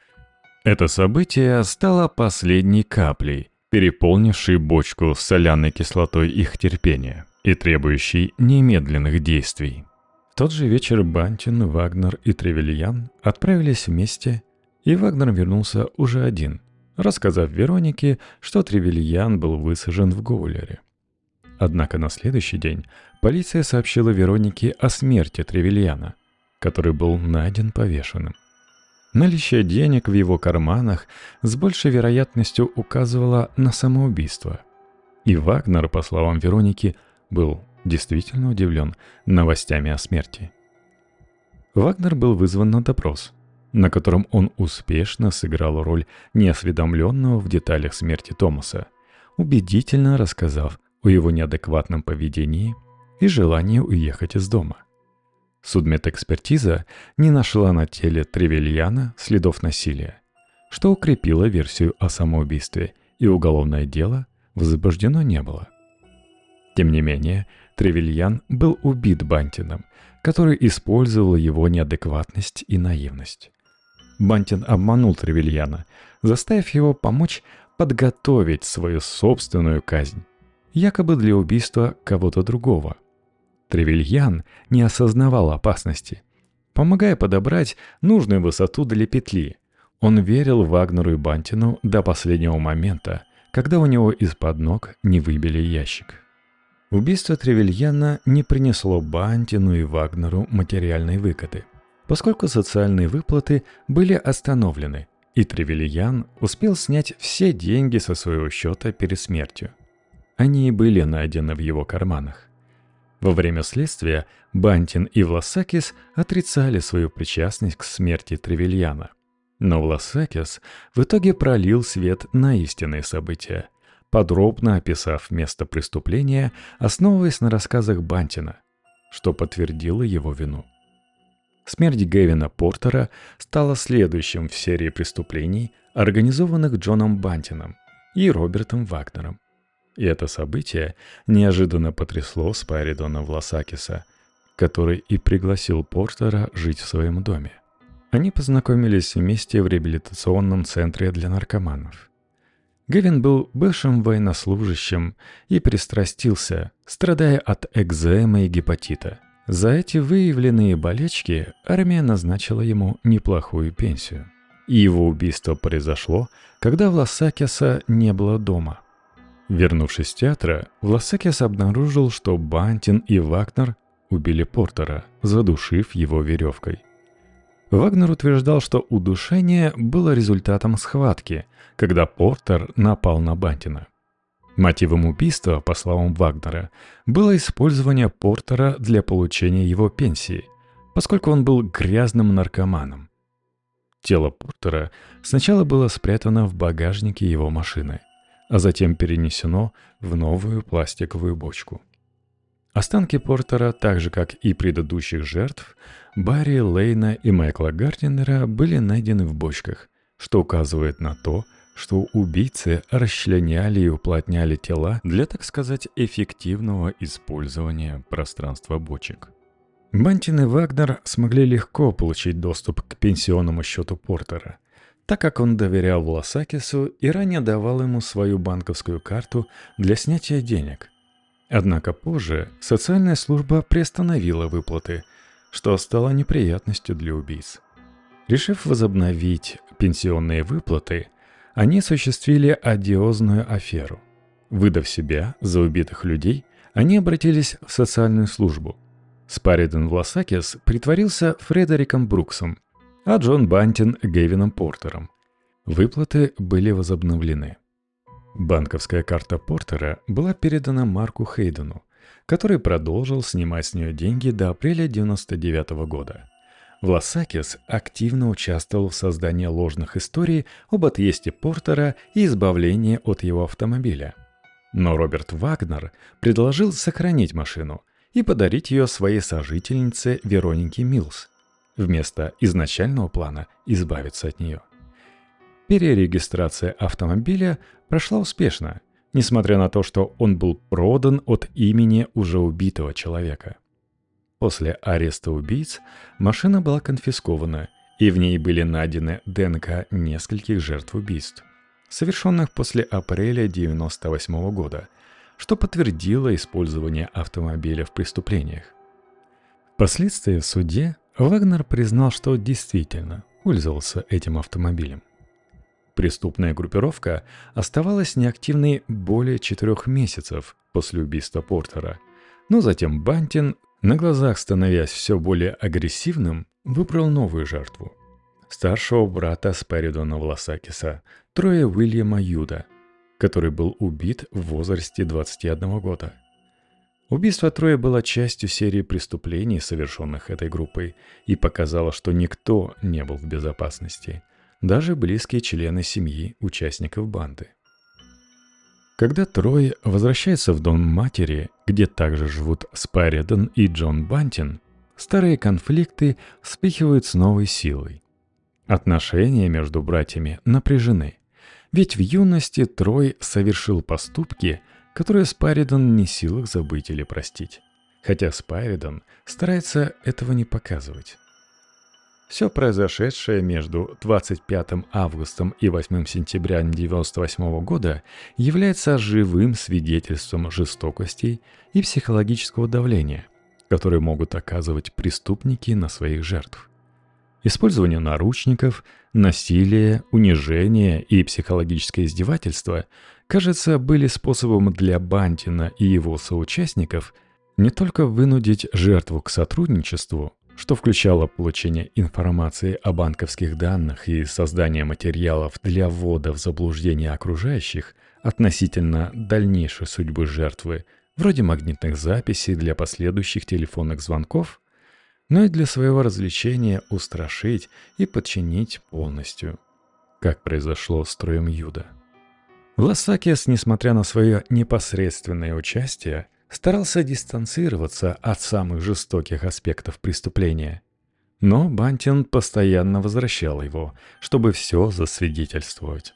Это событие стало последней каплей, переполнившей бочку с соляной кислотой их терпения и требующей немедленных действий. В тот же вечер Бантин, Вагнер и Тревельян отправились вместе, и Вагнер вернулся уже один, рассказав Веронике, что Тревельян был высажен в Гоулере. Однако на следующий день полиция сообщила Веронике о смерти Тревельяна, который был найден повешенным. Наличие денег в его карманах с большей вероятностью указывало на самоубийство. И Вагнер, по словам Вероники, был действительно удивлен новостями о смерти. Вагнер был вызван на допрос, на котором он успешно сыграл роль неосведомленного в деталях смерти Томаса, убедительно рассказав о его неадекватном поведении и желании уехать из дома. Судмедэкспертиза не нашла на теле Тревельяна следов насилия, что укрепило версию о самоубийстве, и уголовное дело возбуждено не было. Тем не менее, Тревельян был убит Бантином, который использовал его неадекватность и наивность. Бантин обманул Тревельяна, заставив его помочь подготовить свою собственную казнь, якобы для убийства кого-то другого. Тревельян не осознавал опасности. Помогая подобрать нужную высоту для петли, он верил Вагнеру и Бантину до последнего момента, когда у него из-под ног не выбили ящик. Убийство Тревельяна не принесло Бантину и Вагнеру материальной выгоды, поскольку социальные выплаты были остановлены, и Тревельян успел снять все деньги со своего счета перед смертью. Они и были найдены в его карманах. Во время следствия Бантин и Власакис отрицали свою причастность к смерти Тревельяна. Но Власакис в итоге пролил свет на истинные события, подробно описав место преступления, основываясь на рассказах Бантина, что подтвердило его вину. Смерть Гевина Портера стала следующим в серии преступлений, организованных Джоном Бантином и Робертом Вагнером. И это событие неожиданно потрясло Спайридона Власакиса, который и пригласил Портера жить в своем доме. Они познакомились вместе в реабилитационном центре для наркоманов. Гевин был бывшим военнослужащим и пристрастился, страдая от экземы и гепатита. За эти выявленные болячки армия назначила ему неплохую пенсию. И его убийство произошло, когда Власакиса не было дома. Вернувшись с театра, Власакис обнаружил, что Бантин и Вагнер убили Портера, задушив его веревкой. Вагнер утверждал, что удушение было результатом схватки, когда Портер напал на Бантина. Мотивом убийства, по словам Вагнера, было использование Портера для получения его пенсии, поскольку он был грязным наркоманом. Тело Портера сначала было спрятано в багажнике его машины, а затем перенесено в новую пластиковую бочку. Останки Портера, так же как и предыдущих жертв, Барри, Лейна и Майкла Гардинера, были найдены в бочках, что указывает на то, что убийцы расчленяли и уплотняли тела для, так сказать, эффективного использования пространства бочек. Бантин и Вагнер смогли легко получить доступ к пенсионному счету Портера, так как он доверял Власакису и ранее давал ему свою банковскую карту для снятия денег. Однако позже социальная служба приостановила выплаты, что стало неприятностью для убийц. Решив возобновить пенсионные выплаты, они осуществили одиозную аферу. Выдав себя за убитых людей, они обратились в социальную службу. Спаридон Власакис притворился Фредериком Бруксом, а Джон Бантин — Гэвином Портером. Выплаты были возобновлены. Банковская карта Портера была передана Марку Хейдену, который продолжил снимать с нее деньги до апреля 1999 года. Власакис активно участвовал в создании ложных историй об отъезде Портера и избавлении от его автомобиля. Но Роберт Вагнер предложил сохранить машину и подарить ее своей сожительнице Веронике Милс, вместо изначального плана избавиться от нее. Перерегистрация автомобиля прошла успешно, несмотря на то, что он был продан от имени уже убитого человека. После ареста убийц машина была конфискована, и в ней были найдены ДНК нескольких жертв убийств, совершенных после апреля 1998 года, что подтвердило использование автомобиля в преступлениях. Впоследствии в суде Вагнер признал, что действительно пользовался этим автомобилем. Преступная группировка оставалась неактивной более 4 месяцев после убийства Портера, но затем Бантин, на глазах становясь все более агрессивным, выбрал новую жертву – старшего брата Спаридона Власакиса, Троя Уильяма Юда, который был убит в возрасте 21 года. Убийство Троя было частью серии преступлений, совершенных этой группой, и показало, что никто не был в безопасности – даже близкие члены семьи участников банды. Когда Трой возвращается в дом матери, где также живут Спаридон и Джон Бантин, старые конфликты вспыхивают с новой силой. Отношения между братьями напряжены, ведь в юности Трой совершил поступки, которые Спаридон не в силах забыть или простить, хотя Спаридон старается этого не показывать. Все произошедшее между 25 августом и 8 сентября 1998 года является живым свидетельством жестокостей и психологического давления, которые могут оказывать преступники на своих жертв. Использование наручников, насилие, унижение и психологическое издевательство, кажется, были способом для Бантина и его соучастников не только вынудить жертву к сотрудничеству, что включало получение информации о банковских данных и создание материалов для ввода в заблуждение окружающих относительно дальнейшей судьбы жертвы, вроде магнитных записей для последующих телефонных звонков, но и для своего развлечения устрашить и подчинить полностью, как произошло с Троем Юда. Власакис, несмотря на свое непосредственное участие, старался дистанцироваться от самых жестоких аспектов преступления. Но Бантин постоянно возвращал его, чтобы все засвидетельствовать.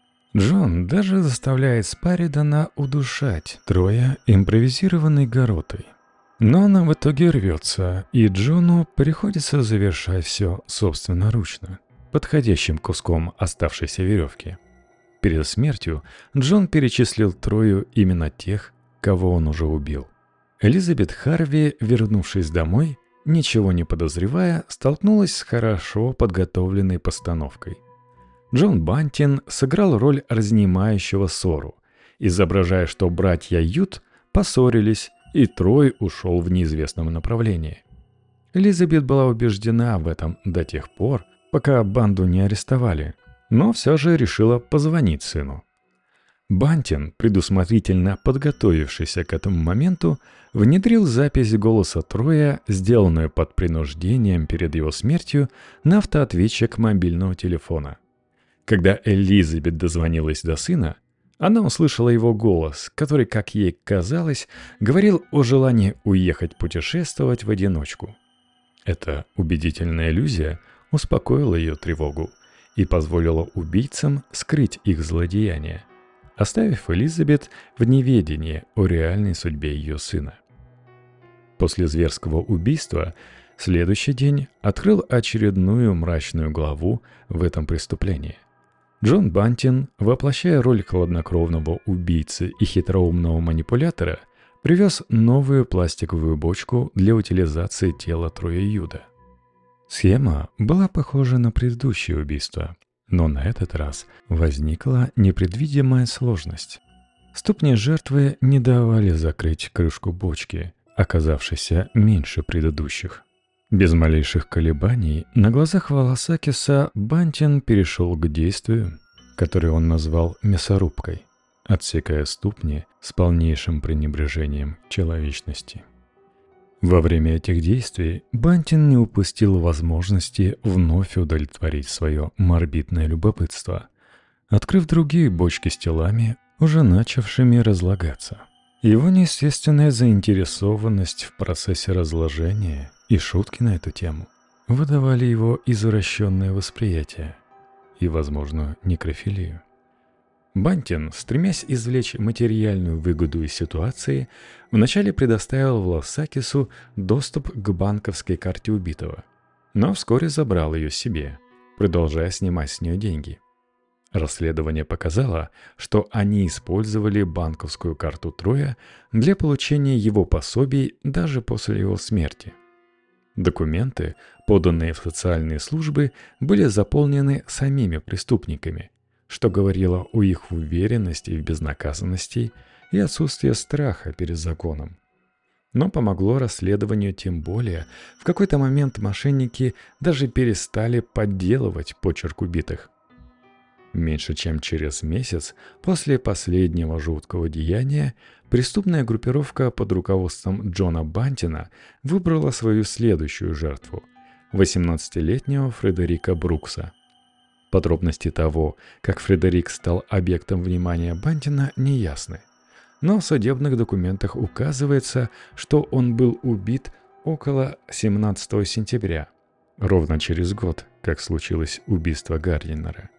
Джон даже заставляет Спаридона удушать Троя импровизированной гарротой. Но она в итоге рвется, и Джону приходится завершать все собственноручно, подходящим куском оставшейся веревки. Перед смертью Джон перечислил Трою именно тех, кого он уже убил. Элизабет Харви, вернувшись домой, ничего не подозревая, столкнулась с хорошо подготовленной постановкой. Джон Бантин сыграл роль разнимающего ссору, изображая, что братья Ют поссорились, и Трой ушел в неизвестном направлении. Элизабет была убеждена в этом до тех пор, пока банду не арестовали, но все же решила позвонить сыну. Бантин, предусмотрительно подготовившийся к этому моменту, внедрил запись голоса Троя, сделанную под принуждением перед его смертью, на автоответчик мобильного телефона. Когда Элизабет дозвонилась до сына, она услышала его голос, который, как ей казалось, говорил о желании уехать путешествовать в одиночку. Эта убедительная иллюзия успокоила ее тревогу и позволила убийцам скрыть их злодеяния, оставив Элизабет в неведении о реальной судьбе ее сына. После зверского убийства следующий день открыл очередную мрачную главу в этом преступлении. Джон Бантин, воплощая роль хладнокровного убийцы и хитроумного манипулятора, привез новую пластиковую бочку для утилизации тела Троя Юда. Схема была похожа на предыдущее убийство, но на этот раз возникла непредвидимая сложность. Ступни жертвы не давали закрыть крышку бочки, оказавшейся меньше предыдущих. Без малейших колебаний на глазах Волосакиса Бантин перешел к действию, которое он назвал мясорубкой, отсекая ступни с полнейшим пренебрежением человечности. Во время этих действий Бантин не упустил возможности вновь удовлетворить свое морбидное любопытство, открыв другие бочки с телами, уже начавшими разлагаться. Его неестественная заинтересованность в процессе разложения и шутки на эту тему выдавали его извращенное восприятие и, возможно, некрофилию. Бантин, стремясь извлечь материальную выгоду из ситуации, вначале предоставил Волосакису доступ к банковской карте убитого, но вскоре забрал ее себе, продолжая снимать с нее деньги. Расследование показало, что они использовали банковскую карту Троя для получения его пособий даже после его смерти. Документы, поданные в социальные службы, были заполнены самими преступниками, что говорило о их уверенности в безнаказанности и отсутствии страха перед законом. Но помогло расследованию тем более, в какой-то момент мошенники даже перестали подделывать почерк убитых. Меньше чем через месяц после последнего жуткого деяния преступная группировка под руководством Джона Бантина выбрала свою следующую жертву – 18-летнего Фредерика Брукса. Подробности того, как Фредерик стал объектом внимания Бантина, не ясны. Но в судебных документах указывается, что он был убит около 17 сентября, ровно через год, как случилось убийство Гардинера.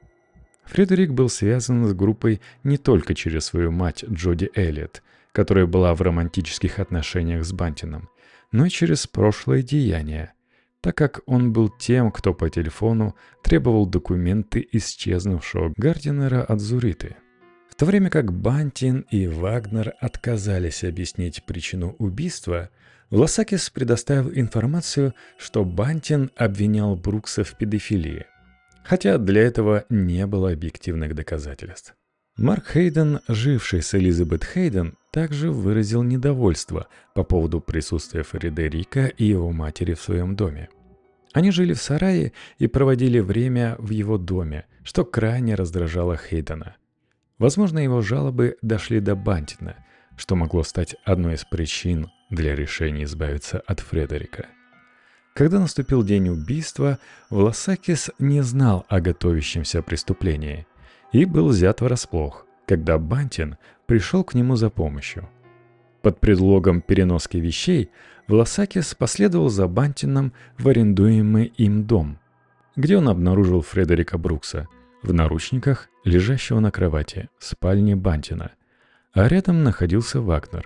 Фредерик был связан с группой не только через свою мать Джоди Эллиот, которая была в романтических отношениях с Бантином, но и через прошлое деяние, так как он был тем, кто по телефону требовал документы исчезнувшего Гардинера от Зуриты. В то время как Бантин и Вагнер отказались объяснить причину убийства, Волосакис предоставил информацию, что Бантин обвинял Брукса в педофилии, хотя для этого не было объективных доказательств. Марк Хейден, живший с Элизабет Хейден, также выразил недовольство по поводу присутствия Фредерика и его матери в своем доме. Они жили в сарае и проводили время в его доме, что крайне раздражало Хейдена. Возможно, его жалобы дошли до Бантина, что могло стать одной из причин для решения избавиться от Фредерика. Когда наступил день убийства, Волосакис не знал о готовящемся преступлении и был взят врасплох, когда Бантин пришел к нему за помощью. Под предлогом переноски вещей Волосакис последовал за Бантином в арендуемый им дом, где он обнаружил Фредерика Брукса в наручниках, лежащего на кровати в спальне Бантина, а рядом находился Вагнер.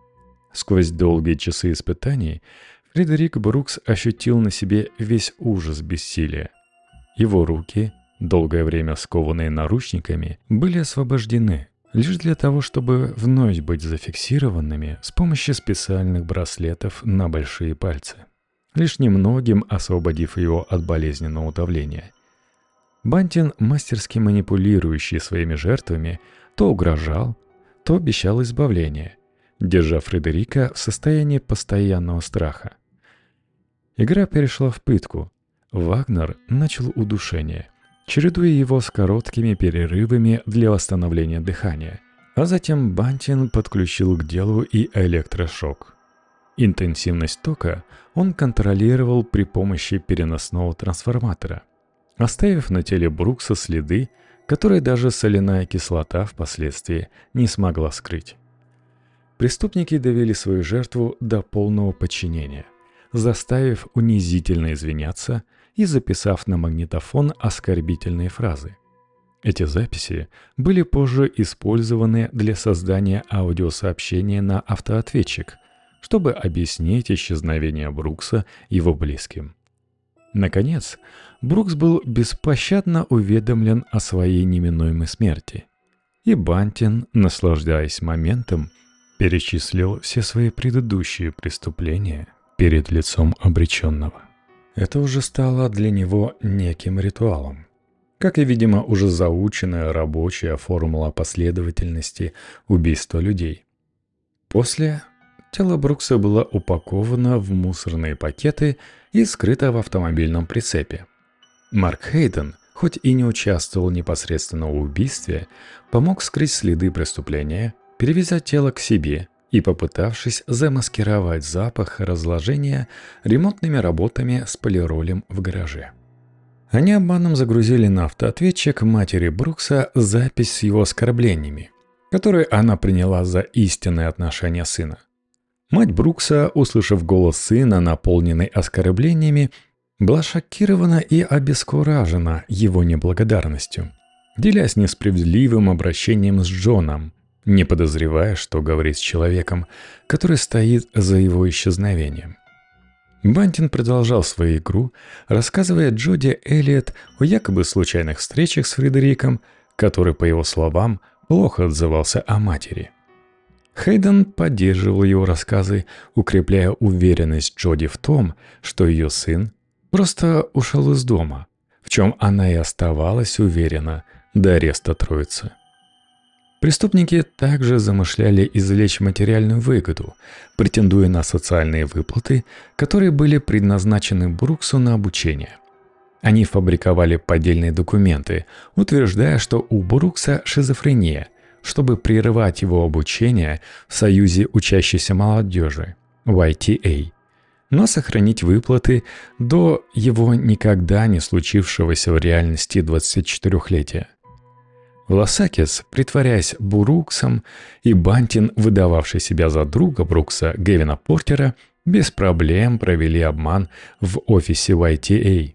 Сквозь долгие часы испытаний Фредерик Брукс ощутил на себе весь ужас бессилия. Его руки, долгое время скованные наручниками, были освобождены лишь для того, чтобы вновь быть зафиксированными с помощью специальных браслетов на большие пальцы, лишь немногим освободив его от болезненного давления. Бантин, мастерски манипулирующий своими жертвами, то угрожал, то обещал избавление, держа Фредерика в состоянии постоянного страха. Игра перешла в пытку. Вагнер начал удушение, чередуя его с короткими перерывами для восстановления дыхания. А затем Бантин подключил к делу и электрошок. Интенсивность тока он контролировал при помощи переносного трансформатора, оставив на теле Брукса следы, которые даже соляная кислота впоследствии не смогла скрыть. Преступники довели свою жертву до полного подчинения, заставив унизительно извиняться и записав на магнитофон оскорбительные фразы. Эти записи были позже использованы для создания аудиосообщения на автоответчик, чтобы объяснить исчезновение Брукса его близким. Наконец, Брукс был беспощадно уведомлен о своей неминуемой смерти, и Бантин, наслаждаясь моментом, перечислил все свои предыдущие преступления перед лицом обреченного. Это уже стало для него неким ритуалом, как и, видимо, уже заученная рабочая формула последовательности убийства людей. После тело Брукса было упаковано в мусорные пакеты и скрыто в автомобильном прицепе. Марк Хейден, хоть и не участвовал непосредственно в убийстве, помог скрыть следы преступления, перевезя тело к себе и попытавшись замаскировать запах разложения ремонтными работами с полиролем в гараже. Они обманом загрузили на автоответчик матери Брукса запись с его оскорблениями, которые она приняла за истинные отношения сына. Мать Брукса, услышав голос сына, наполненный оскорблениями, была шокирована и обескуражена его неблагодарностью, делясь несправедливым обращением с Джоном, не подозревая, что говорит с человеком, который стоит за его исчезновением. Бантин продолжал свою игру, рассказывая Джоди Эллиот о якобы случайных встречах с Фредериком, который, по его словам, плохо отзывался о матери. Хейден поддерживал его рассказы, укрепляя уверенность Джоди в том, что ее сын просто ушел из дома, в чем она и оставалась уверена до ареста троицы. Преступники также замышляли извлечь материальную выгоду, претендуя на социальные выплаты, которые были предназначены Бруксу на обучение. Они фабриковали поддельные документы, утверждая, что у Брукса шизофрения, чтобы прерывать его обучение в Союзе учащейся молодежи, YTA, но сохранить выплаты до его никогда не случившегося в реальности 24-летия. Власакис, притворяясь Бруксом, и Бантин, выдававший себя за друга Брукса, Гевина Портера, без проблем провели обман в офисе YTA.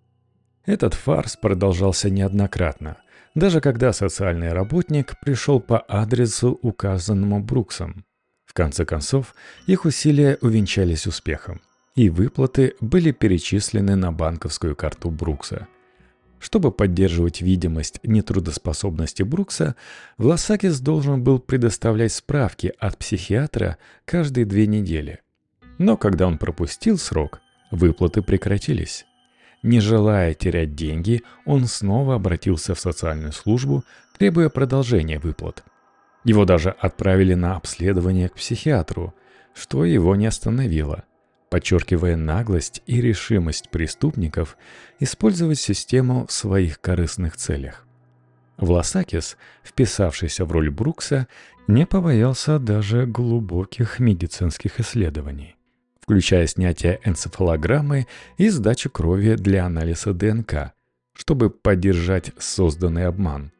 Этот фарс продолжался неоднократно, даже когда социальный работник пришел по адресу, указанному Бруксом. В конце концов, их усилия увенчались успехом, и выплаты были перечислены на банковскую карту Брукса. Чтобы поддерживать видимость нетрудоспособности Брукса, Власакис должен был предоставлять справки от психиатра каждые 2 недели. Но когда он пропустил срок, выплаты прекратились. Не желая терять деньги, он снова обратился в социальную службу, требуя продолжения выплат. Его даже отправили на обследование к психиатру, что его не остановило, подчеркивая наглость и решимость преступников использовать систему в своих корыстных целях. Власакис, вписавшийся в роль Брукса, не побоялся даже глубоких медицинских исследований, включая снятие энцефалограммы и сдачу крови для анализа ДНК, чтобы поддержать созданный обман.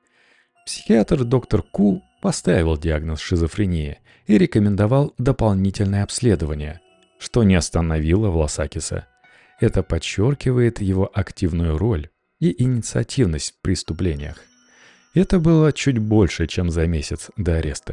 Психиатр доктор Ку поставил диагноз шизофрения и рекомендовал дополнительное обследование, что не остановило Власакиса. Это подчеркивает его активную роль и инициативность в преступлениях. Это было чуть больше, чем за месяц до ареста.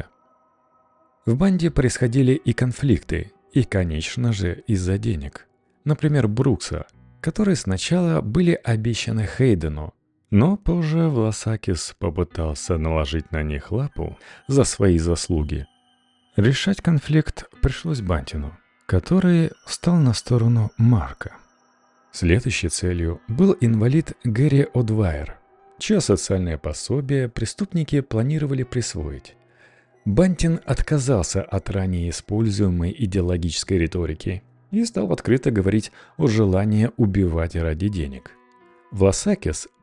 В банде происходили и конфликты, и, конечно же, из-за денег. Например, Брукса, которые сначала были обещаны Хейдену, но позже Власакис попытался наложить на них лапу за свои заслуги. Решать конфликт пришлось Бантину, который встал на сторону Марка. Следующей целью был инвалид Гэри О'Двайер, чье социальное пособие преступники планировали присвоить. Бантин отказался от ранее используемой идеологической риторики и стал открыто говорить о желании убивать ради денег. Власакис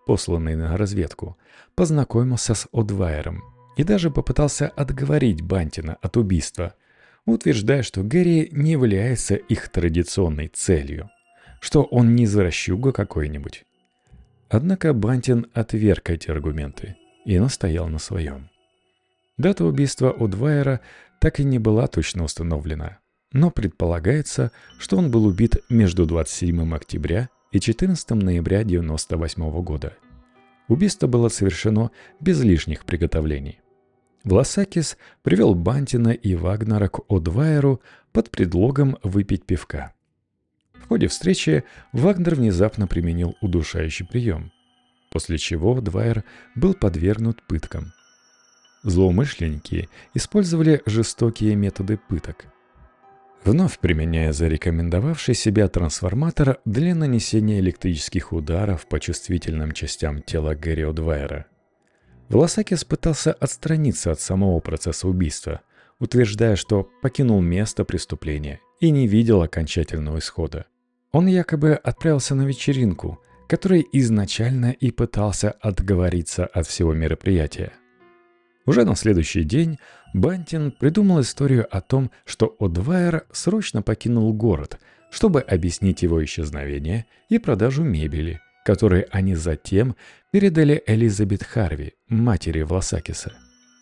посланный на разведку, познакомился с О'Двайером и даже попытался отговорить Бантина от убийства, утверждая, что Гэри не является их традиционной целью, что он не извращуга какой-нибудь. Однако Бантин отверг эти аргументы и настоял на своем. Дата убийства О'Двайера так и не была точно установлена, но предполагается, что он был убит между 27 октября и 14 ноября 1998 года. Убийство было совершено без лишних приготовлений. Власакис привел Бантина и Вагнера к О'Двайеру под предлогом выпить пивка. В ходе встречи Вагнер внезапно применил удушающий прием, после чего О'Двайер был подвергнут пыткам. Злоумышленники использовали жестокие методы пыток, вновь применяя зарекомендовавший себя трансформатор для нанесения электрических ударов по чувствительным частям тела Гэри О'Двайера. Власакис пытался отстраниться от самого процесса убийства, утверждая, что покинул место преступления и не видел окончательного исхода. Он якобы отправился на вечеринку, которой изначально и пытался отговориться от всего мероприятия. Уже на следующий день Бантин придумал историю о том, что О'Двайер срочно покинул город, чтобы объяснить его исчезновение и продажу мебели, которые они затем передали Элизабет Харви, матери Власакиса.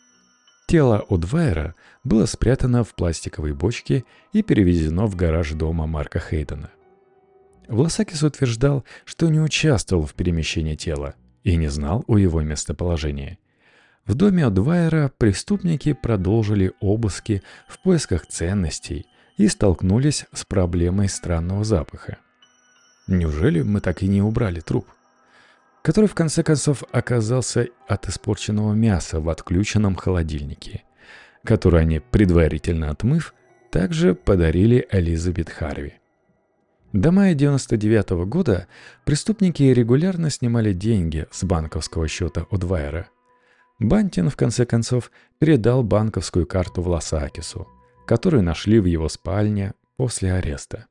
Тело О'Двайера было спрятано в пластиковой бочке и перевезено в гараж дома Марка Хейдена. Власакис утверждал, что не участвовал в перемещении тела и не знал о его местоположении. В доме О'Двайера преступники продолжили обыски в поисках ценностей и столкнулись с проблемой странного запаха. Неужели мы так и не убрали труп? Который в конце концов оказался от испорченного мяса в отключенном холодильнике, который они, предварительно отмыв, также подарили Элизабет Харви. До мая 1999 года преступники регулярно снимали деньги с банковского счета О'Двайера. Бантин, в конце концов, передал банковскую карту Власакису, которую нашли в его спальне после ареста.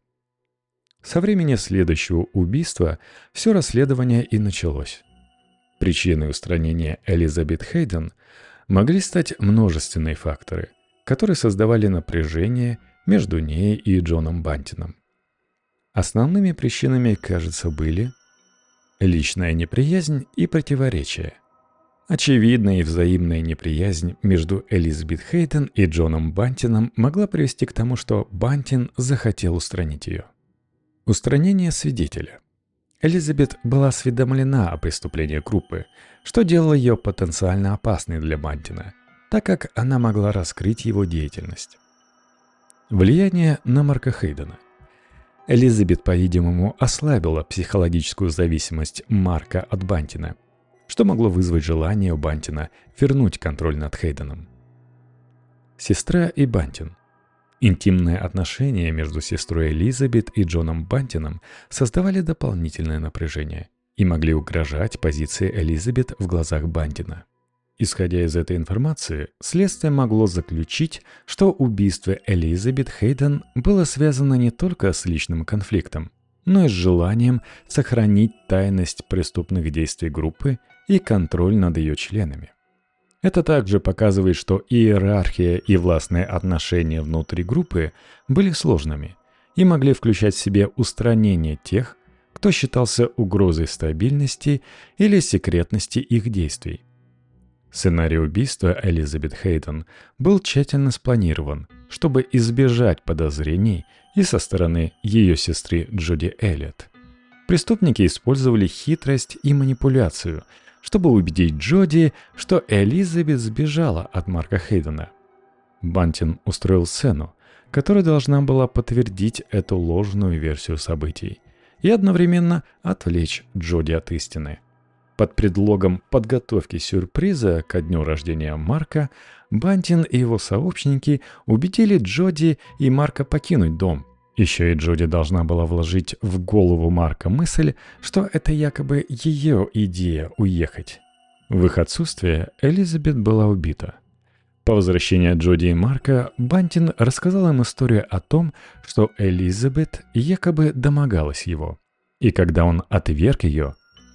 Со времени следующего убийства все расследование и началось. Причиной устранения Элизабет Хейден могли стать множественные факторы, которые создавали напряжение между ней и Джоном Бантином. Основными причинами, кажется, были личная неприязнь и противоречия. Очевидная и взаимная неприязнь между Элизабет Хейден и Джоном Бантином могла привести к тому, что Бантин захотел устранить ее. Устранение свидетеля. Элизабет была осведомлена о преступлении группы, что делало ее потенциально опасной для Бантина, так как она могла раскрыть его деятельность. Влияние на Марка Хейдена. Элизабет, по-видимому, ослабила психологическую зависимость Марка от Бантина, что могло вызвать желание у Бантина вернуть контроль над Хейденом. Сестра и Бантин. Интимные отношения между сестрой Элизабет и Джоном Бантином создавали дополнительное напряжение и могли угрожать позиции Элизабет в глазах Бантина. Исходя из этой информации, следствие могло заключить, что убийство Элизабет Хейден было связано не только с личным конфликтом, но и с желанием сохранить тайность преступных действий группы и контроль над ее членами. Это также показывает, что иерархия и властные отношения внутри группы были сложными и могли включать в себе устранение тех, кто считался угрозой стабильности или секретности их действий. Сценарий убийства Элизабет Хейден был тщательно спланирован, чтобы избежать подозрений и со стороны ее сестры Джоди Эллиот. Преступники использовали хитрость и манипуляцию, чтобы убедить Джоди, что Элизабет сбежала от Марка Хейдена. Бантин устроил сцену, которая должна была подтвердить эту ложную версию событий и одновременно отвлечь Джоди от истины. Под предлогом подготовки сюрприза ко дню рождения Марка, Бантин и его сообщники убедили Джоди и Марка покинуть дом. Еще и Джоди должна была вложить в голову Марка мысль, что это якобы ее идея уехать. В их отсутствие Элизабет была убита. По возвращении Джоди и Марка Бантин рассказал им историю о том, что Элизабет якобы домогалась его. И когда он отверг ее,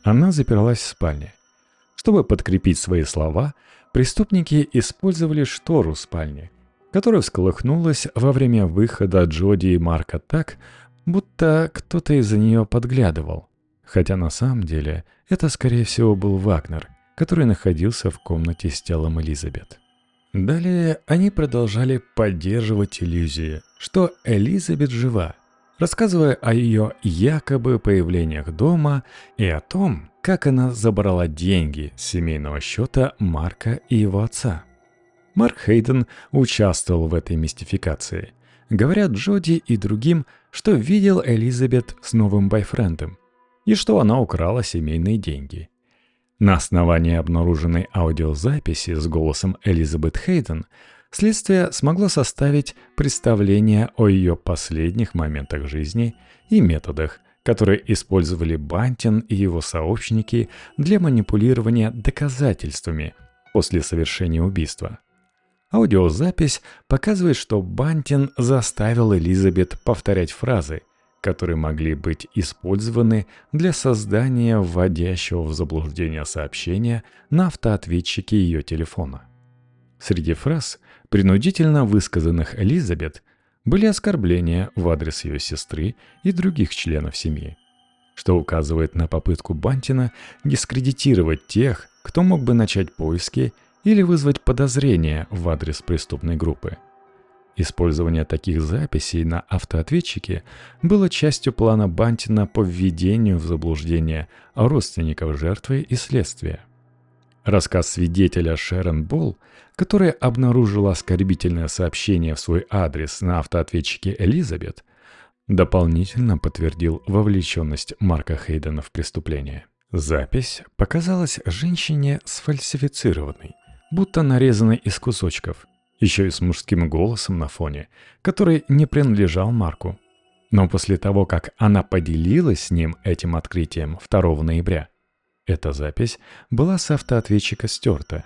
она запиралась в спальне. Чтобы подкрепить свои слова, преступники использовали штору спальни, которая всколыхнулась во время выхода Джоди и Марка так, будто кто-то из-за нее подглядывал. Хотя на самом деле это, скорее всего, был Вагнер, который находился в комнате с телом Элизабет. Далее они продолжали поддерживать иллюзию, что Элизабет жива, рассказывая о ее якобы появлениях дома и о том, как она забрала деньги с семейного счета Марка и его отца. Марк Хейден участвовал в этой мистификации, говоря Джоди и другим, что видел Элизабет с новым бойфрендом и что она украла семейные деньги. На основании обнаруженной аудиозаписи с голосом Элизабет Хейден следствие смогло составить представление о ее последних моментах жизни и методах, которые использовали Бантин и его сообщники для манипулирования доказательствами после совершения убийства. Аудиозапись показывает, что Бантин заставил Элизабет повторять фразы, которые могли быть использованы для создания вводящего в заблуждение сообщения на автоответчике ее телефона. Среди фраз, принудительно высказанных Элизабет, были оскорбления в адрес ее сестры и других членов семьи, что указывает на попытку Бантина дискредитировать тех, кто мог бы начать поиски или вызвать подозрения в адрес преступной группы. Использование таких записей на автоответчике было частью плана Бантина по введению в заблуждение родственников жертвы и следствия. Рассказ свидетеля Шерон Болл, которая обнаружила оскорбительное сообщение в свой адрес на автоответчике Элизабет, дополнительно подтвердил вовлеченность Марка Хейдена в преступление. Запись показалась женщине сфальсифицированной, будто нарезанной из кусочков, еще и с мужским голосом на фоне, который не принадлежал Марку. Но после того, как она поделилась с ним этим открытием 2 ноября, эта запись была с автоответчика стерта.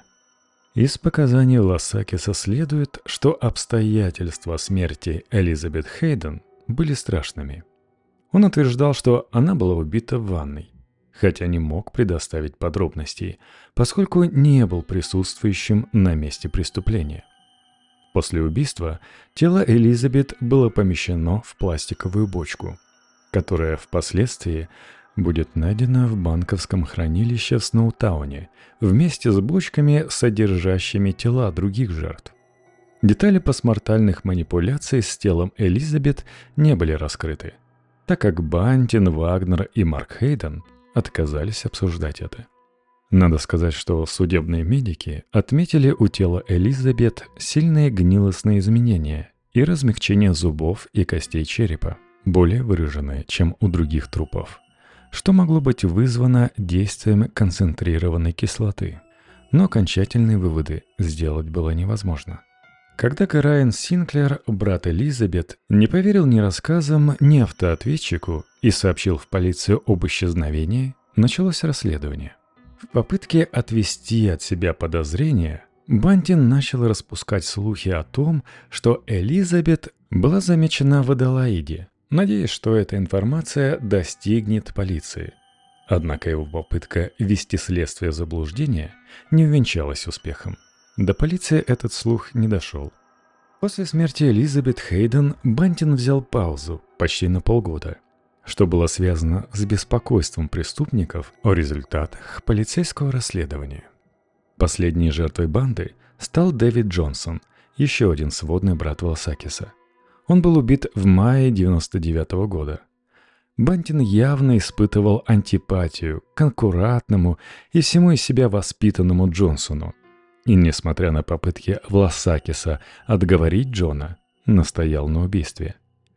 Из показаний Ласакиса следует, что обстоятельства смерти Элизабет Хейден были страшными. Он утверждал, что она была убита в ванной, хотя не мог предоставить подробностей, поскольку не был присутствующим на месте преступления. После убийства тело Элизабет было помещено в пластиковую бочку, которая впоследствии будет найдена в банковском хранилище в Сноутауне вместе с бочками, содержащими тела других жертв. Детали постмортальных манипуляций с телом Элизабет не были раскрыты, так как Бантин, Вагнер и Марк Хейден отказались обсуждать это. Надо сказать, что судебные медики отметили у тела Элизабет сильные гнилостные изменения и размягчение зубов и костей черепа, более выраженные, чем у других трупов, что могло быть вызвано действием концентрированной кислоты. Но окончательные выводы сделать было невозможно. Когда Райан Синклер, брат Элизабет, не поверил ни рассказам, ни автоответчику и сообщил в полицию об исчезновении, началось расследование. В попытке отвести от себя подозрения, Бантин начал распускать слухи о том, что Элизабет была замечена в Аделаиде, надеясь, что эта информация достигнет полиции. Однако его попытка ввести следствие в заблуждение не увенчалась успехом. До полиции этот слух не дошел. После смерти Элизабет Хейден Бантин взял паузу почти на полгода, что было связано с беспокойством преступников о результатах полицейского расследования. Последней жертвой банды стал Дэвид Джонсон, еще один сводный брат Валсакиса. Он был убит в мае 1999 года. Бантин явно испытывал антипатию к аккуратному и всему из себя воспитанному Джонсону. И, несмотря на попытки Власакиса отговорить Джона, настоял на убийстве.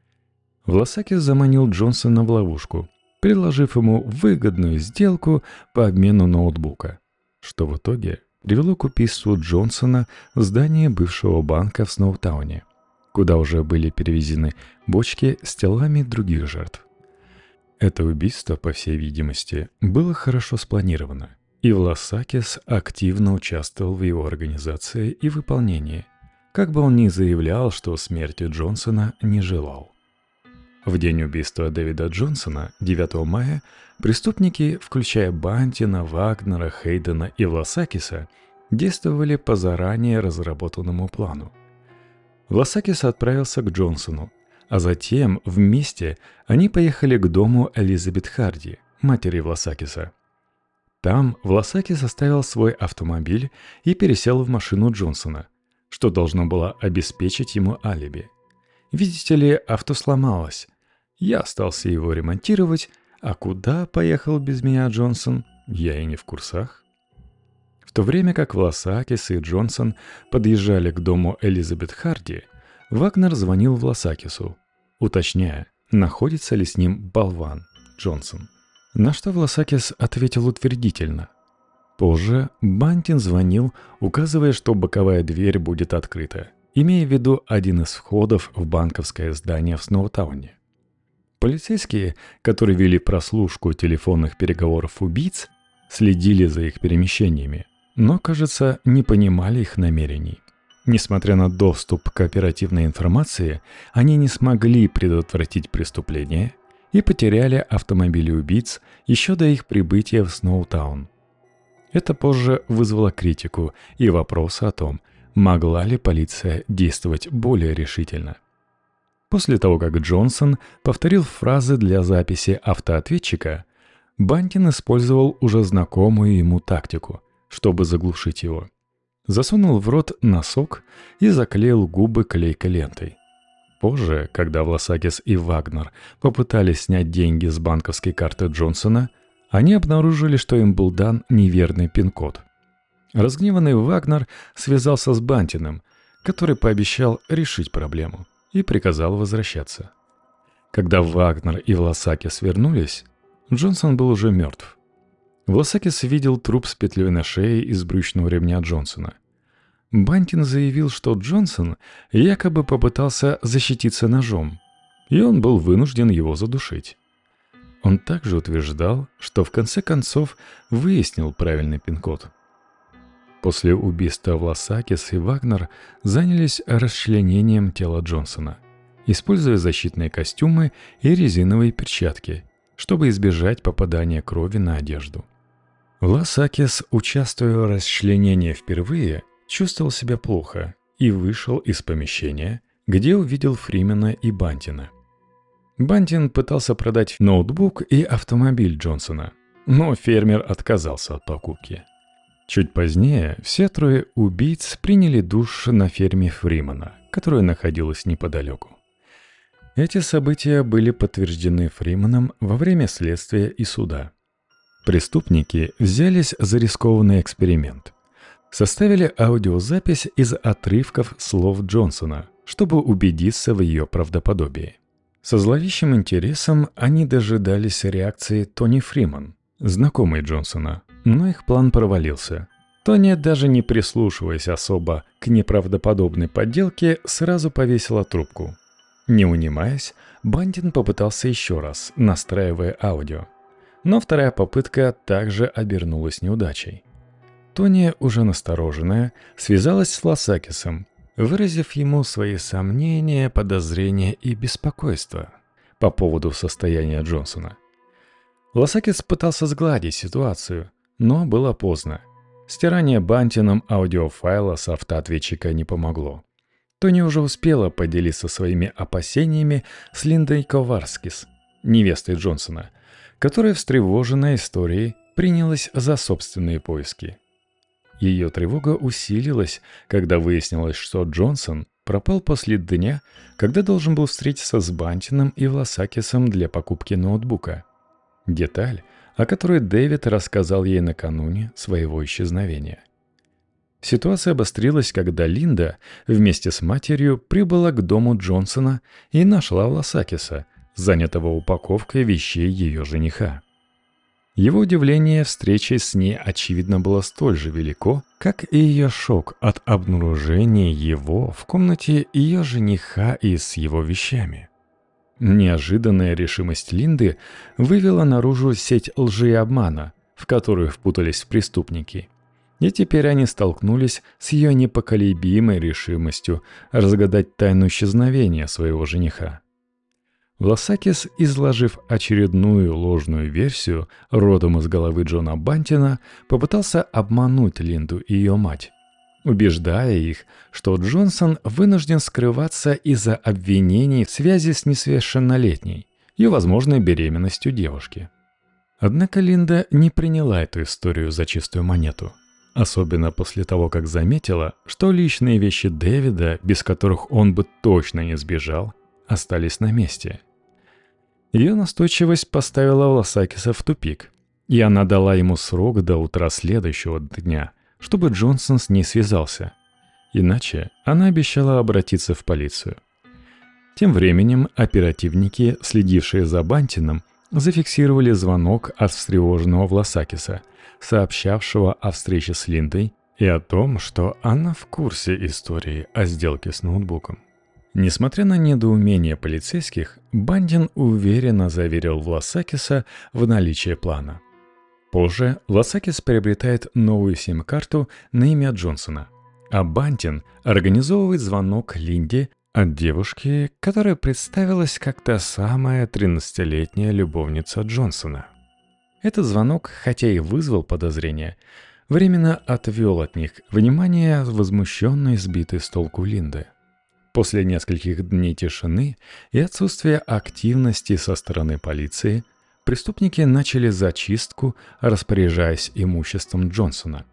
Власакис заманил Джонсона в ловушку, предложив ему выгодную сделку по обмену ноутбука, что в итоге привело к убийству Джонсона в здании бывшего банка в Сноутауне, куда уже были перевезены бочки с телами других жертв. Это убийство, по всей видимости, было хорошо спланировано, и Власакис активно участвовал в его организации и выполнении, как бы он ни заявлял, что смерти Джонсона не желал. В день убийства Дэвида Джонсона, 9 мая, преступники, включая Бантина, Вагнера, Хейдена и Власакиса, действовали по заранее разработанному плану. Власакис отправился к Джонсону, а затем вместе они поехали к дому Элизабет Харди, матери Власакиса. Там Власакис оставил свой автомобиль и пересел в машину Джонсона, что должно было обеспечить ему алиби. Видите ли, авто сломалось. Я остался его ремонтировать, а куда поехал без меня Джонсон, я и не в курсах. В то время как Власакис и Джонсон подъезжали к дому Элизабет Харди, Вагнер звонил Власакису, уточняя, находится ли с ним болван Джонсон. На что Власакис ответил утвердительно. Позже Бантин звонил, указывая, что боковая дверь будет открыта, имея в виду один из входов в банковское здание в Сноутауне. Полицейские, которые вели прослушку телефонных переговоров убийц, следили за их перемещениями, но, кажется, не понимали их намерений. Несмотря на доступ к оперативной информации, они не смогли предотвратить преступление и потеряли автомобили убийц еще до их прибытия в Сноутаун. Это позже вызвало критику и вопросы о том, могла ли полиция действовать более решительно. После того, как Джонсон повторил фразы для записи автоответчика, Бантин использовал уже знакомую ему тактику, чтобы заглушить его. Засунул в рот носок и заклеил губы клейкой лентой. Позже, когда Власакис и Вагнер попытались снять деньги с банковской карты Джонсона, они обнаружили, что им был дан неверный пин-код. Разгневанный Вагнер связался с Бантиным, который пообещал решить проблему, и приказал возвращаться. Когда Вагнер и Власакис вернулись, Джонсон был уже мертв. Власакис видел труп с петлей на шее из брючного ремня Джонсона. Бантин заявил, что Джонсон якобы попытался защититься ножом, и он был вынужден его задушить. Он также утверждал, что в конце концов выяснил правильный пин-код. После убийства Власакис и Вагнер занялись расчленением тела Джонсона, используя защитные костюмы и резиновые перчатки, чтобы избежать попадания крови на одежду. Власакис, участвуя в расчленении впервые, чувствовал себя плохо и вышел из помещения, где увидел Фримена и Бантина. Бантин пытался продать ноутбук и автомобиль Джонсона, но фермер отказался от покупки. Чуть позднее все трое убийц приняли душ на ферме Фримена, которая находилась неподалеку. Эти события были подтверждены Фрименом во время следствия и суда. Преступники взялись за рискованный эксперимент. Составили аудиозапись из отрывков слов Джонсона, чтобы убедиться в ее правдоподобии. Со зловещим интересом они дожидались реакции Тони Фриман, знакомой Джонсона, но их план провалился. Тони, даже не прислушиваясь особо к неправдоподобной подделке, сразу повесила трубку. Не унимаясь, Бантин попытался еще раз, настраивая аудио. Но вторая попытка также обернулась неудачей. Тони, уже настороженная, связалась с Власакисом, выразив ему свои сомнения, подозрения и беспокойство по поводу состояния Джонсона. Власакис пытался сгладить ситуацию, но было поздно. Стирание Бантином аудиофайла с автоответчика не помогло. Тони уже успела поделиться своими опасениями с Линдой Коварскис, невестой Джонсона, которая, встревоженная историей, принялась за собственные поиски. Ее тревога усилилась, когда выяснилось, что Джонсон пропал после дня, когда должен был встретиться с Бантином и Власакисом для покупки ноутбука. Деталь, о которой Дэвид рассказал ей накануне своего исчезновения. Ситуация обострилась, когда Линда вместе с матерью прибыла к дому Джонсона и нашла Власакиса, занятого упаковкой вещей ее жениха. Его удивление встречей с ней, очевидно, было столь же велико, как и ее шок от обнаружения его в комнате ее жениха и с его вещами. Неожиданная решимость Линды вывела наружу сеть лжи и обмана, в которую впутались преступники. И теперь они столкнулись с ее непоколебимой решимостью разгадать тайну исчезновения своего жениха. Власакис, изложив очередную ложную версию родом из головы Джона Бантина, попытался обмануть Линду и ее мать, убеждая их, что Джонсон вынужден скрываться из-за обвинений в связи с несовершеннолетней и возможной беременностью девушки. Однако Линда не приняла эту историю за чистую монету, особенно после того, как заметила, что личные вещи Дэвида, без которых он бы точно не сбежал, остались на месте. Ее настойчивость поставила Власакиса в тупик, и она дала ему срок до утра следующего дня, чтобы Джонсон с ней связался. Иначе она обещала обратиться в полицию. Тем временем оперативники, следившие за Бантином, зафиксировали звонок от встревоженного Власакиса, сообщавшего о встрече с Линдой и о том, что она в курсе истории о сделке с ноутбуком. Несмотря на недоумение полицейских, Бантин уверенно заверил Власакиса в наличии плана. Позже Власакис приобретает новую сим-карту на имя Джонсона, а Бантин организовывает звонок Линде от девушки, которая представилась как та самая 13-летняя любовница Джонсона. Этот звонок, хотя и вызвал подозрения, временно отвел от них внимание возмущенной, сбитой с толку Линды. После нескольких дней тишины и отсутствия активности со стороны полиции, преступники начали зачистку, распоряжаясь имуществом Джонсона.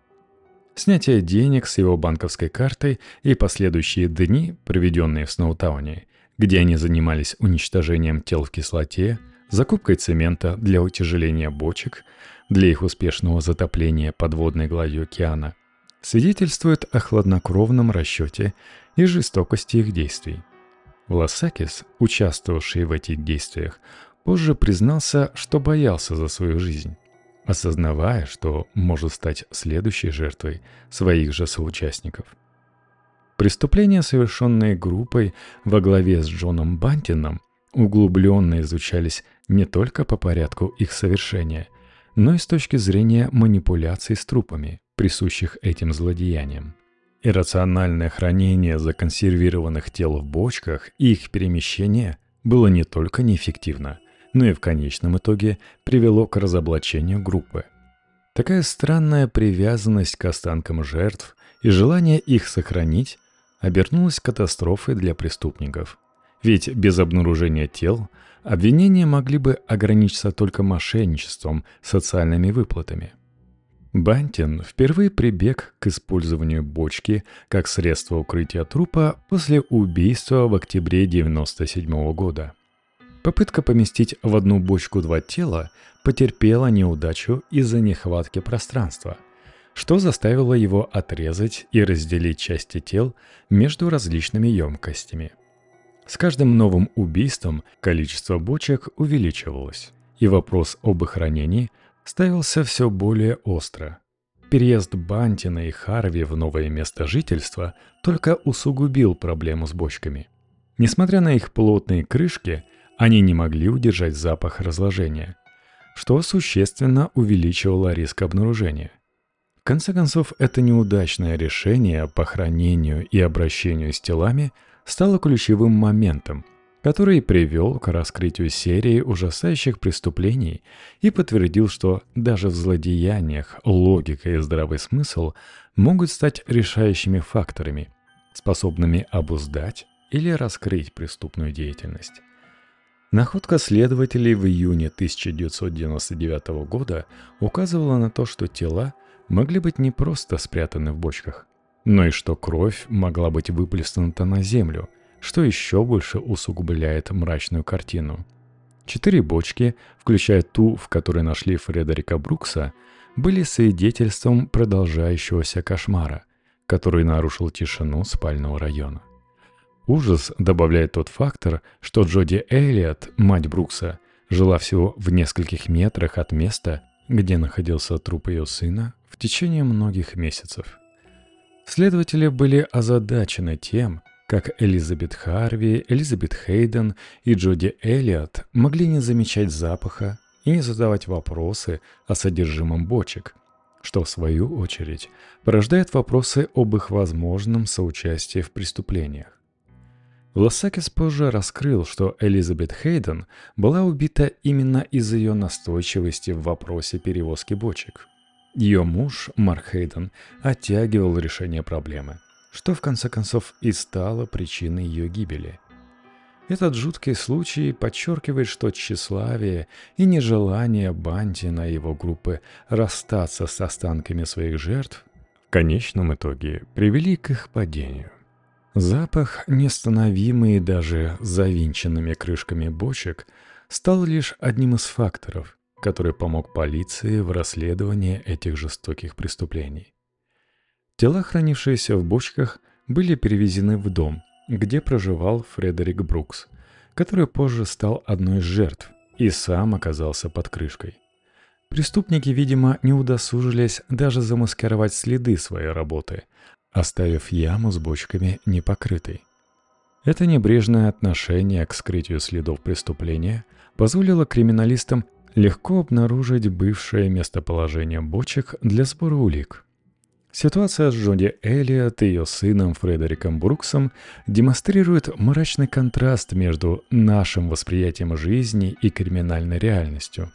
Снятие денег с его банковской картой и последующие дни, проведенные в Сноутауне, где они занимались уничтожением тел в кислоте, закупкой цемента для утяжеления бочек, для их успешного затопления подводной гладью океана, свидетельствует о хладнокровном расчете и жестокости их действий. Власакис, участвовавший в этих действиях, позже признался, что боялся за свою жизнь, осознавая, что может стать следующей жертвой своих же соучастников. Преступления, совершенные группой во главе с Джоном Бантином, углубленно изучались не только по порядку их совершения, но и с точки зрения манипуляций с трупами, присущих этим злодеяниям. Иррациональное хранение законсервированных тел в бочках и их перемещение было не только неэффективно, но и в конечном итоге привело к разоблачению группы. Такая странная привязанность к останкам жертв и желание их сохранить обернулась катастрофой для преступников. Ведь без обнаружения тел обвинения могли бы ограничиться только мошенничеством, социальными выплатами. Бантин впервые прибег к использованию бочки как средство укрытия трупа после убийства в октябре 1997 года. Попытка поместить в одну бочку два тела потерпела неудачу из-за нехватки пространства, что заставило его отрезать и разделить части тел между различными емкостями. С каждым новым убийством количество бочек увеличивалось, и вопрос об их хранении ставился все более остро. Переезд Бантина и Харви в новое место жительства только усугубил проблему с бочками. Несмотря на их плотные крышки, они не могли удержать запах разложения, что существенно увеличивало риск обнаружения. В конце концов, это неудачное решение по хранению и обращению с телами стало ключевым моментом, который привел к раскрытию серии ужасающих преступлений и подтвердил, что даже в злодеяниях логика и здравый смысл могут стать решающими факторами, способными обуздать или раскрыть преступную деятельность. Находка следователей в июне 1999 года указывала на то, что тела могли быть не просто спрятаны в бочках, но и что кровь могла быть выплеснута на землю, что еще больше усугубляет мрачную картину. 4 бочки, включая ту, в которой нашли Фредерика Брукса, были свидетельством продолжающегося кошмара, который нарушил тишину спального района. Ужас добавляет тот фактор, что Джоди Эллиот, мать Брукса, жила всего в нескольких метрах от места, где находился труп ее сына в течение многих месяцев. Следователи были озадачены тем, как Элизабет Харви, Элизабет Хейден и Джоди Эллиот могли не замечать запаха и не задавать вопросы о содержимом бочек, что в свою очередь порождает вопросы об их возможном соучастии в преступлениях. Власакис позже раскрыл, что Элизабет Хейден была убита именно из-за ее настойчивости в вопросе перевозки бочек. Ее муж, Марк Хейден, оттягивал решение проблемы, что в конце концов и стало причиной ее гибели. Этот жуткий случай подчеркивает, что тщеславие и нежелание Бантина и его группы расстаться с останками своих жертв в конечном итоге привели к их падению. Запах, неостановимый даже завинченными крышками бочек, стал лишь одним из факторов, который помог полиции в расследовании этих жестоких преступлений. Тела, хранившиеся в бочках, были перевезены в дом, где проживал Фредерик Брукс, который позже стал одной из жертв и сам оказался под крышкой. Преступники, видимо, не удосужились даже замаскировать следы своей работы, оставив яму с бочками непокрытой. Это небрежное отношение к скрытию следов преступления позволило криминалистам легко обнаружить бывшее местоположение бочек для сбора улик. Ситуация с Джоди Эллиот и ее сыном Фредериком Бруксом демонстрирует мрачный контраст между нашим восприятием жизни и криминальной реальностью.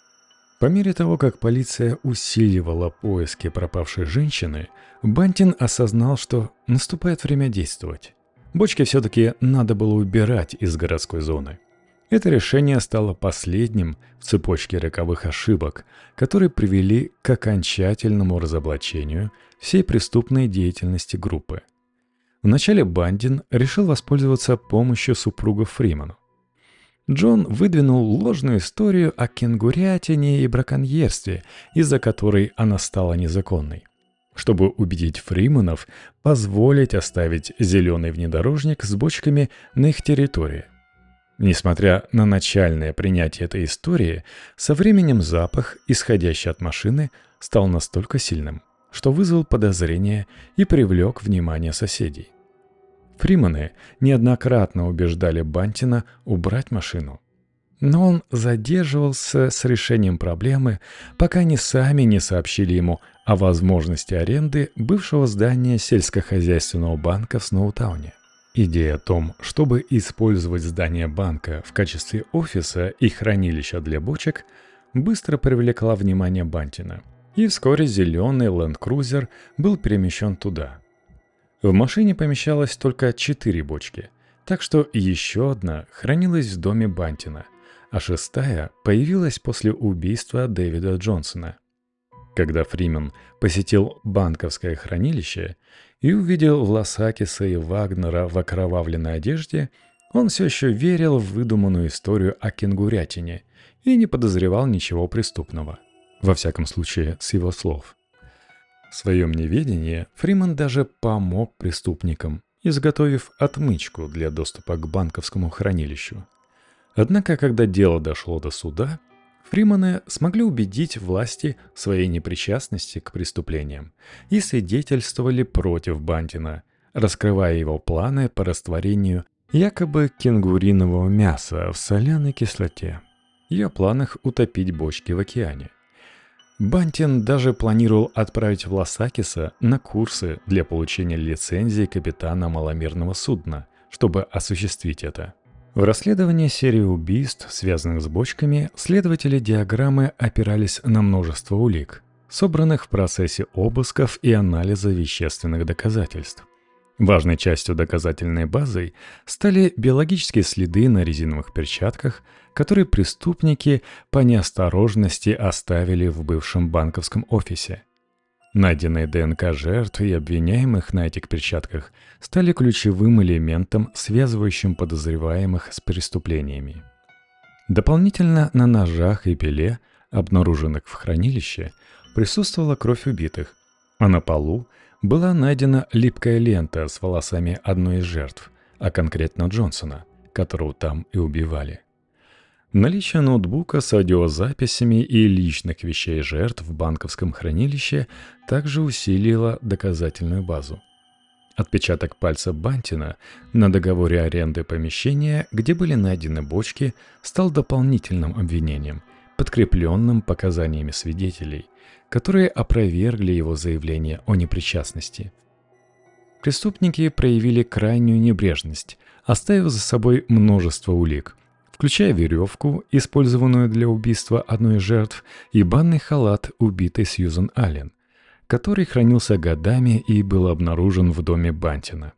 По мере того, как полиция усиливала поиски пропавшей женщины, Бантин осознал, что наступает время действовать. Бочки все-таки надо было убирать из городской зоны. Это решение стало последним в цепочке роковых ошибок, которые привели к окончательному разоблачению всей преступной деятельности группы. Вначале Бантин решил воспользоваться помощью супруга Фримана. Джон выдвинул ложную историю о кенгурятине и браконьерстве, из-за которой она стала незаконной, чтобы убедить Фриманов позволить оставить зеленый внедорожник с бочками на их территории. Несмотря на начальное принятие этой истории, со временем запах, исходящий от машины, стал настолько сильным, что вызвал подозрение и привлек внимание соседей. Фриманы неоднократно убеждали Бантина убрать машину. Но он задерживался с решением проблемы, пока они сами не сообщили ему о возможности аренды бывшего здания сельскохозяйственного банка в Сноутауне. Идея о том, чтобы использовать здание банка в качестве офиса и хранилища для бочек, быстро привлекла внимание Бантина, и вскоре зеленый Land Cruiser был перемещен туда. В машине помещалось только 4 бочки, так что еще одна хранилась в доме Бантина, а 6-я появилась после убийства Дэвида Джонсона. Когда Фриман посетил банковское хранилище и увидел Власакиса и Вагнера в окровавленной одежде, он все еще верил в выдуманную историю о кенгурятине и не подозревал ничего преступного. Во всяком случае, с его слов. В своем неведении Фриман даже помог преступникам, изготовив отмычку для доступа к банковскому хранилищу. Однако, когда дело дошло до суда, Фриманы смогли убедить власти в своей непричастности к преступлениям и свидетельствовали против Бантина, раскрывая его планы по растворению якобы кенгуриного мяса в соляной кислоте и о планах утопить бочки в океане. Бантин даже планировал отправить Власакиса на курсы для получения лицензии капитана маломерного судна, чтобы осуществить это. В расследовании серии убийств, связанных с бочками, следователи диаграммы опирались на множество улик, собранных в процессе обысков и анализа вещественных доказательств. Важной частью доказательной базы стали биологические следы на резиновых перчатках, которые преступники по неосторожности оставили в бывшем банковском офисе. Найденные ДНК жертв и обвиняемых на этих перчатках стали ключевым элементом, связывающим подозреваемых с преступлениями. Дополнительно на ножах и пиле, обнаруженных в хранилище, присутствовала кровь убитых, а на полу была найдена липкая лента с волосами одной из жертв, а конкретно Джонсона, которого там и убивали. Наличие ноутбука с аудиозаписями и личных вещей жертв в банковском хранилище также усилило доказательную базу. Отпечаток пальца Бантина на договоре аренды помещения, где были найдены бочки, стал дополнительным обвинением, подкрепленным показаниями свидетелей, которые опровергли его заявление о непричастности. преступники проявили крайнюю небрежность, оставив за собой множество улик, включая веревку, использованную для убийства одной из жертв, и банный халат убитой Сьюзан Аллен, который хранился годами и был обнаружен в доме Бантина.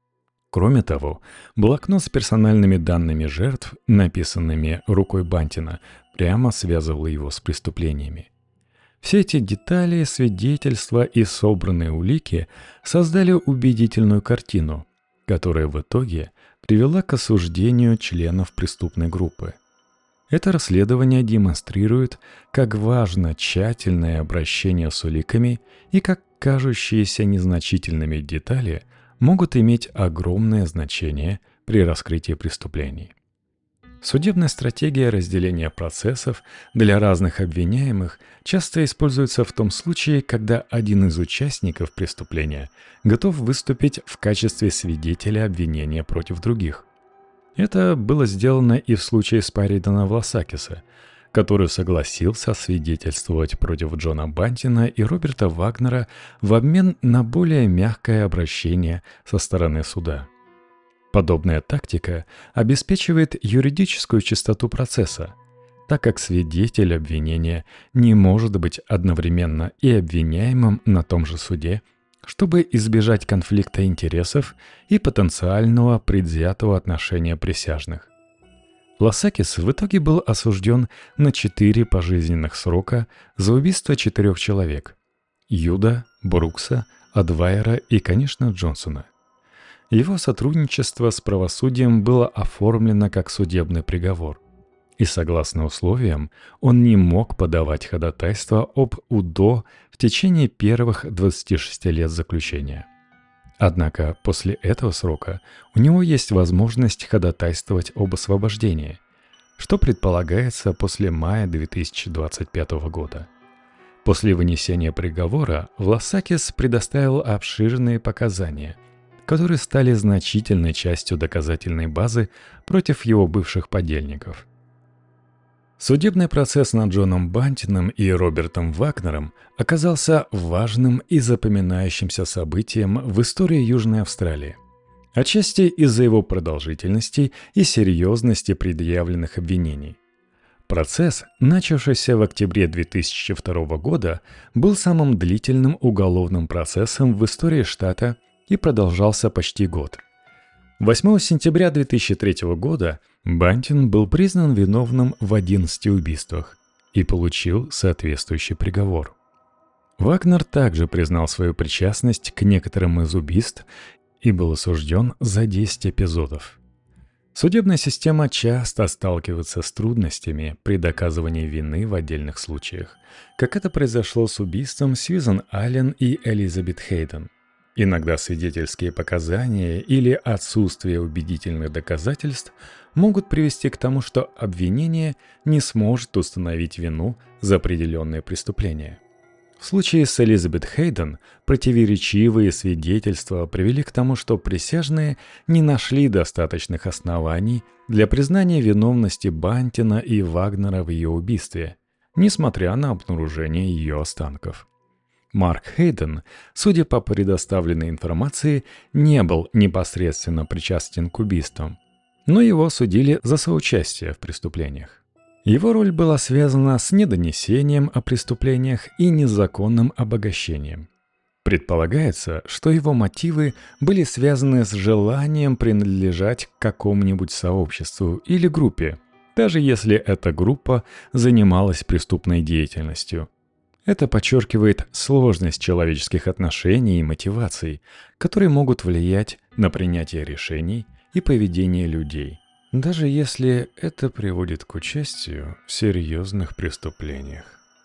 Кроме того, блокнот с персональными данными жертв, написанными рукой Бантина, прямо связывал его с преступлениями. Все эти детали, свидетельства и собранные улики создали убедительную картину, которая в итоге привела к осуждению членов преступной группы. Это расследование демонстрирует, как важно тщательное обращение с уликами и как кажущиеся незначительными детали могут иметь огромное значение при раскрытии преступлений. Судебная стратегия разделения процессов для разных обвиняемых часто используется в том случае, когда один из участников преступления готов выступить в качестве свидетеля обвинения против других. Это было сделано и в случае Спайридона Власакиса, который согласился свидетельствовать против Джона Бантина и Роберта Вагнера в обмен на более мягкое обращение со стороны суда. Подобная тактика обеспечивает юридическую чистоту процесса, так как свидетель обвинения не может быть одновременно и обвиняемым на том же суде, чтобы избежать конфликта интересов и потенциального предвзятого отношения присяжных. Власакис в итоге был осужден на 4 пожизненных срока за убийство 4 человек – Юда, Брукса, Адвайера и, конечно, Джонсона. Его сотрудничество с правосудием было оформлено как судебный приговор, и согласно условиям он не мог подавать ходатайство об УДО в течение первых 26 лет заключения. Однако после этого срока у него есть возможность ходатайствовать об освобождении, что предполагается после мая 2025 года. После вынесения приговора Власакис предоставил обширные показания, которые стали значительной частью доказательной базы против его бывших подельников. Судебный процесс над Джоном Бантином и Робертом Вагнером оказался важным и запоминающимся событием в истории Южной Австралии, отчасти из-за его продолжительности и серьезности предъявленных обвинений. Процесс, начавшийся в октябре 2002 года, был самым длительным уголовным процессом в истории штата и продолжался почти год. 8 сентября 2003 года Бантин был признан виновным в 11 убийствах и получил соответствующий приговор. Вагнер также признал свою причастность к некоторым из убийств и был осужден за 10 эпизодов. Судебная система часто сталкивается с трудностями при доказывании вины в отдельных случаях, как это произошло с убийством Сьюзан Аллен и Элизабет Хейден. Иногда свидетельские показания или отсутствие убедительных доказательств могут привести к тому, что обвинение не сможет установить вину за определенное преступление. В случае с Элизабет Хейден противоречивые свидетельства привели к тому, что присяжные не нашли достаточных оснований для признания виновности Бантина и Вагнера в ее убийстве, несмотря на обнаружение ее останков. Марк Хейден, судя по предоставленной информации, не был непосредственно причастен к убийствам, но его осудили за соучастие в преступлениях. Его роль была связана с недонесением о преступлениях и незаконным обогащением. Предполагается, что его мотивы были связаны с желанием принадлежать к какому-нибудь сообществу или группе, даже если эта группа занималась преступной деятельностью. Это подчеркивает сложность человеческих отношений и мотиваций, которые могут влиять на принятие решений и поведение людей, даже если это приводит к участию в серьезных преступлениях.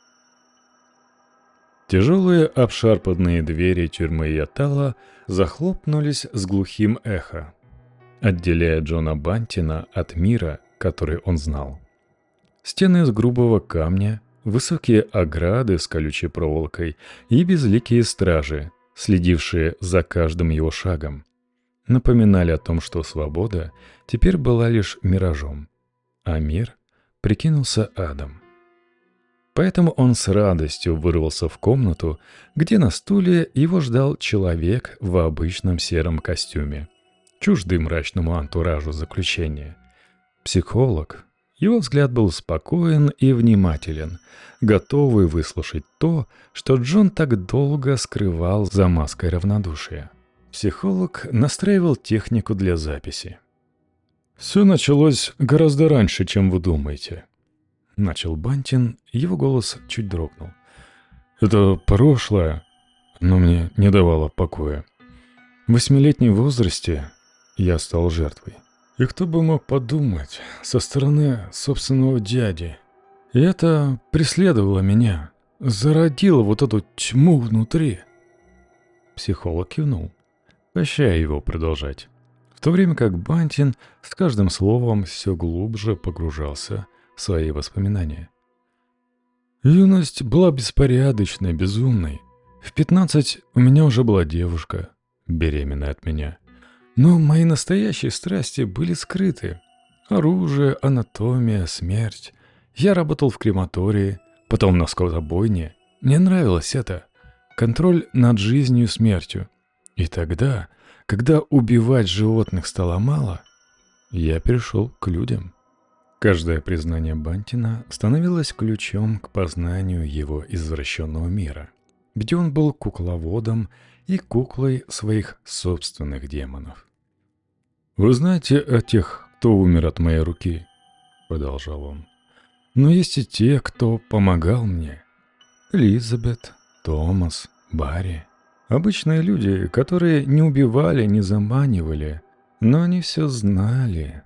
Тяжелые обшарпанные двери тюрьмы Ятала захлопнулись с глухим эхо, отделяя Джона Бантина от мира, который он знал. Стены из грубого камня, высокие ограды с колючей проволокой и безликие стражи, следившие за каждым его шагом, напоминали о том, что свобода теперь была лишь миражом, а мир прикинулся адом. Поэтому он с радостью вырвался в комнату, где на стуле его ждал человек в обычном сером костюме, чуждый мрачному антуражу заключения. Психолог. Его взгляд был спокоен и внимателен, готовый выслушать то, что Джон так долго скрывал за маской равнодушия. Психолог настраивал технику для записи. «Все началось гораздо раньше, чем вы думаете», — начал Бантин, его голос чуть дрогнул. «Это прошлое, но мне не давало покоя. В 8-летнем возрасте я стал жертвой. И кто бы мог подумать, со стороны собственного дяди. И это преследовало меня, зародило вот эту тьму внутри». Психолог кивнул, прощая его продолжать, в то время как Бантин с каждым словом все глубже погружался в свои воспоминания. Юность была беспорядочной, безумной. В 15 у меня уже была девушка, беременная от меня. Но мои настоящие страсти были скрыты. Оружие, анатомия, смерть. Я работал в крематории, потом на скотобойне. Мне нравилось это. Контроль над жизнью и смертью. И тогда, когда убивать животных стало мало, я перешел к людям. Каждое признание Бантина становилось ключом к познанию его извращенного мира, где он был кукловодом и куклой своих собственных демонов. «Вы знаете о тех, кто умер от моей руки?» — продолжал он. «Но есть и те, кто помогал мне. Элизабет, Томас, Барри. Обычные люди, которые не убивали, не заманивали, но они все знали».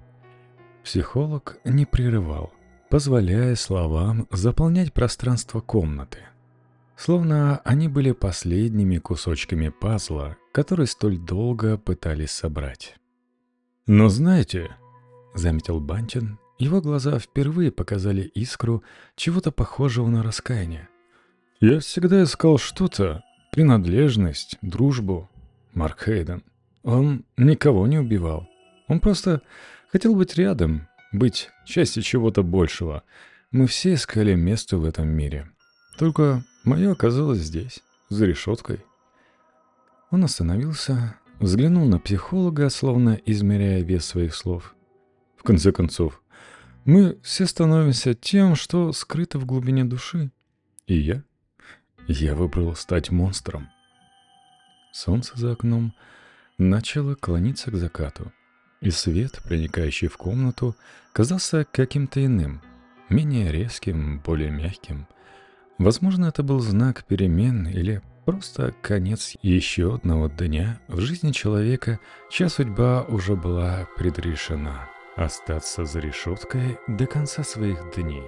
Психолог не прерывал, позволяя словам заполнять пространство комнаты. Словно они были последними кусочками пазла, которые столь долго пытались собрать. «Но знаете», — заметил Бантин, его глаза впервые показали искру чего-то похожего на раскаяние. «Я всегда искал что-то, принадлежность, дружбу. Марк Хейден. Он никого не убивал. Он просто хотел быть рядом, быть частью чего-то большего. Мы все искали место в этом мире. Только мое оказалось здесь, за решеткой». Он остановился, взглянул на психолога, словно измеряя вес своих слов. «В конце концов, мы все становимся тем, что скрыто в глубине души. И я выбрал стать монстром». Солнце за окном начало клониться к закату, и свет, проникающий в комнату, казался каким-то иным, менее резким, более мягким. Возможно, это был знак перемен или просто конец еще одного дня в жизни человека, чья судьба уже была предрешена — остаться за решеткой до конца своих дней.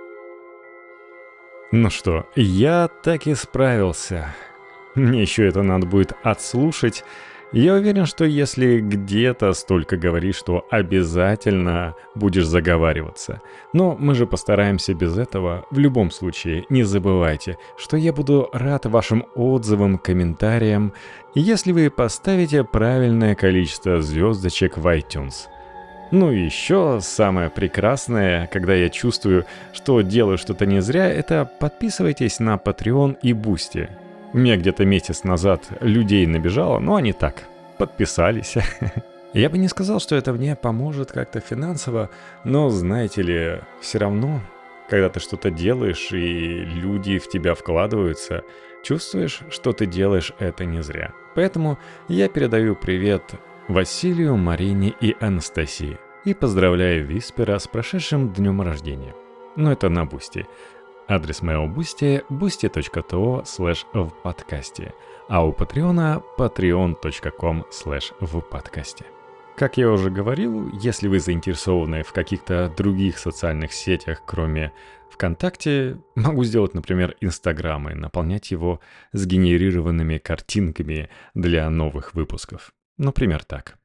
Ну что, я так и справился. Мне еще это надо будет отслушать. Я уверен, что если где-то столько говоришь, что обязательно будешь заговариваться. Но мы же постараемся без этого. В любом случае, не забывайте, что я буду рад вашим отзывам, комментариям, если вы поставите правильное количество звездочек в iTunes. Ну и еще самое прекрасное, когда я чувствую, что делаю что-то не зря, это подписывайтесь на Patreon и Boosty. У меня где-то месяц назад людей набежало, но они так, подписались. Я бы не сказал, что это мне поможет как-то финансово, но, знаете ли, все равно, когда ты что-то делаешь и люди в тебя вкладываются, чувствуешь, что ты делаешь это не зря. Поэтому я передаю привет Василию, Марине и Анастасии и поздравляю Виспера с прошедшим днем рождения. Но это на Boosty. Адрес моего Boosty — boosty.to/вподкасте, а у Патреона — patreon.com/вподкасте. Как я уже говорил, если вы заинтересованы в каких-то других социальных сетях, кроме ВКонтакте, могу сделать, например, Инстаграм и наполнять его сгенерированными картинками для новых выпусков. Например, так.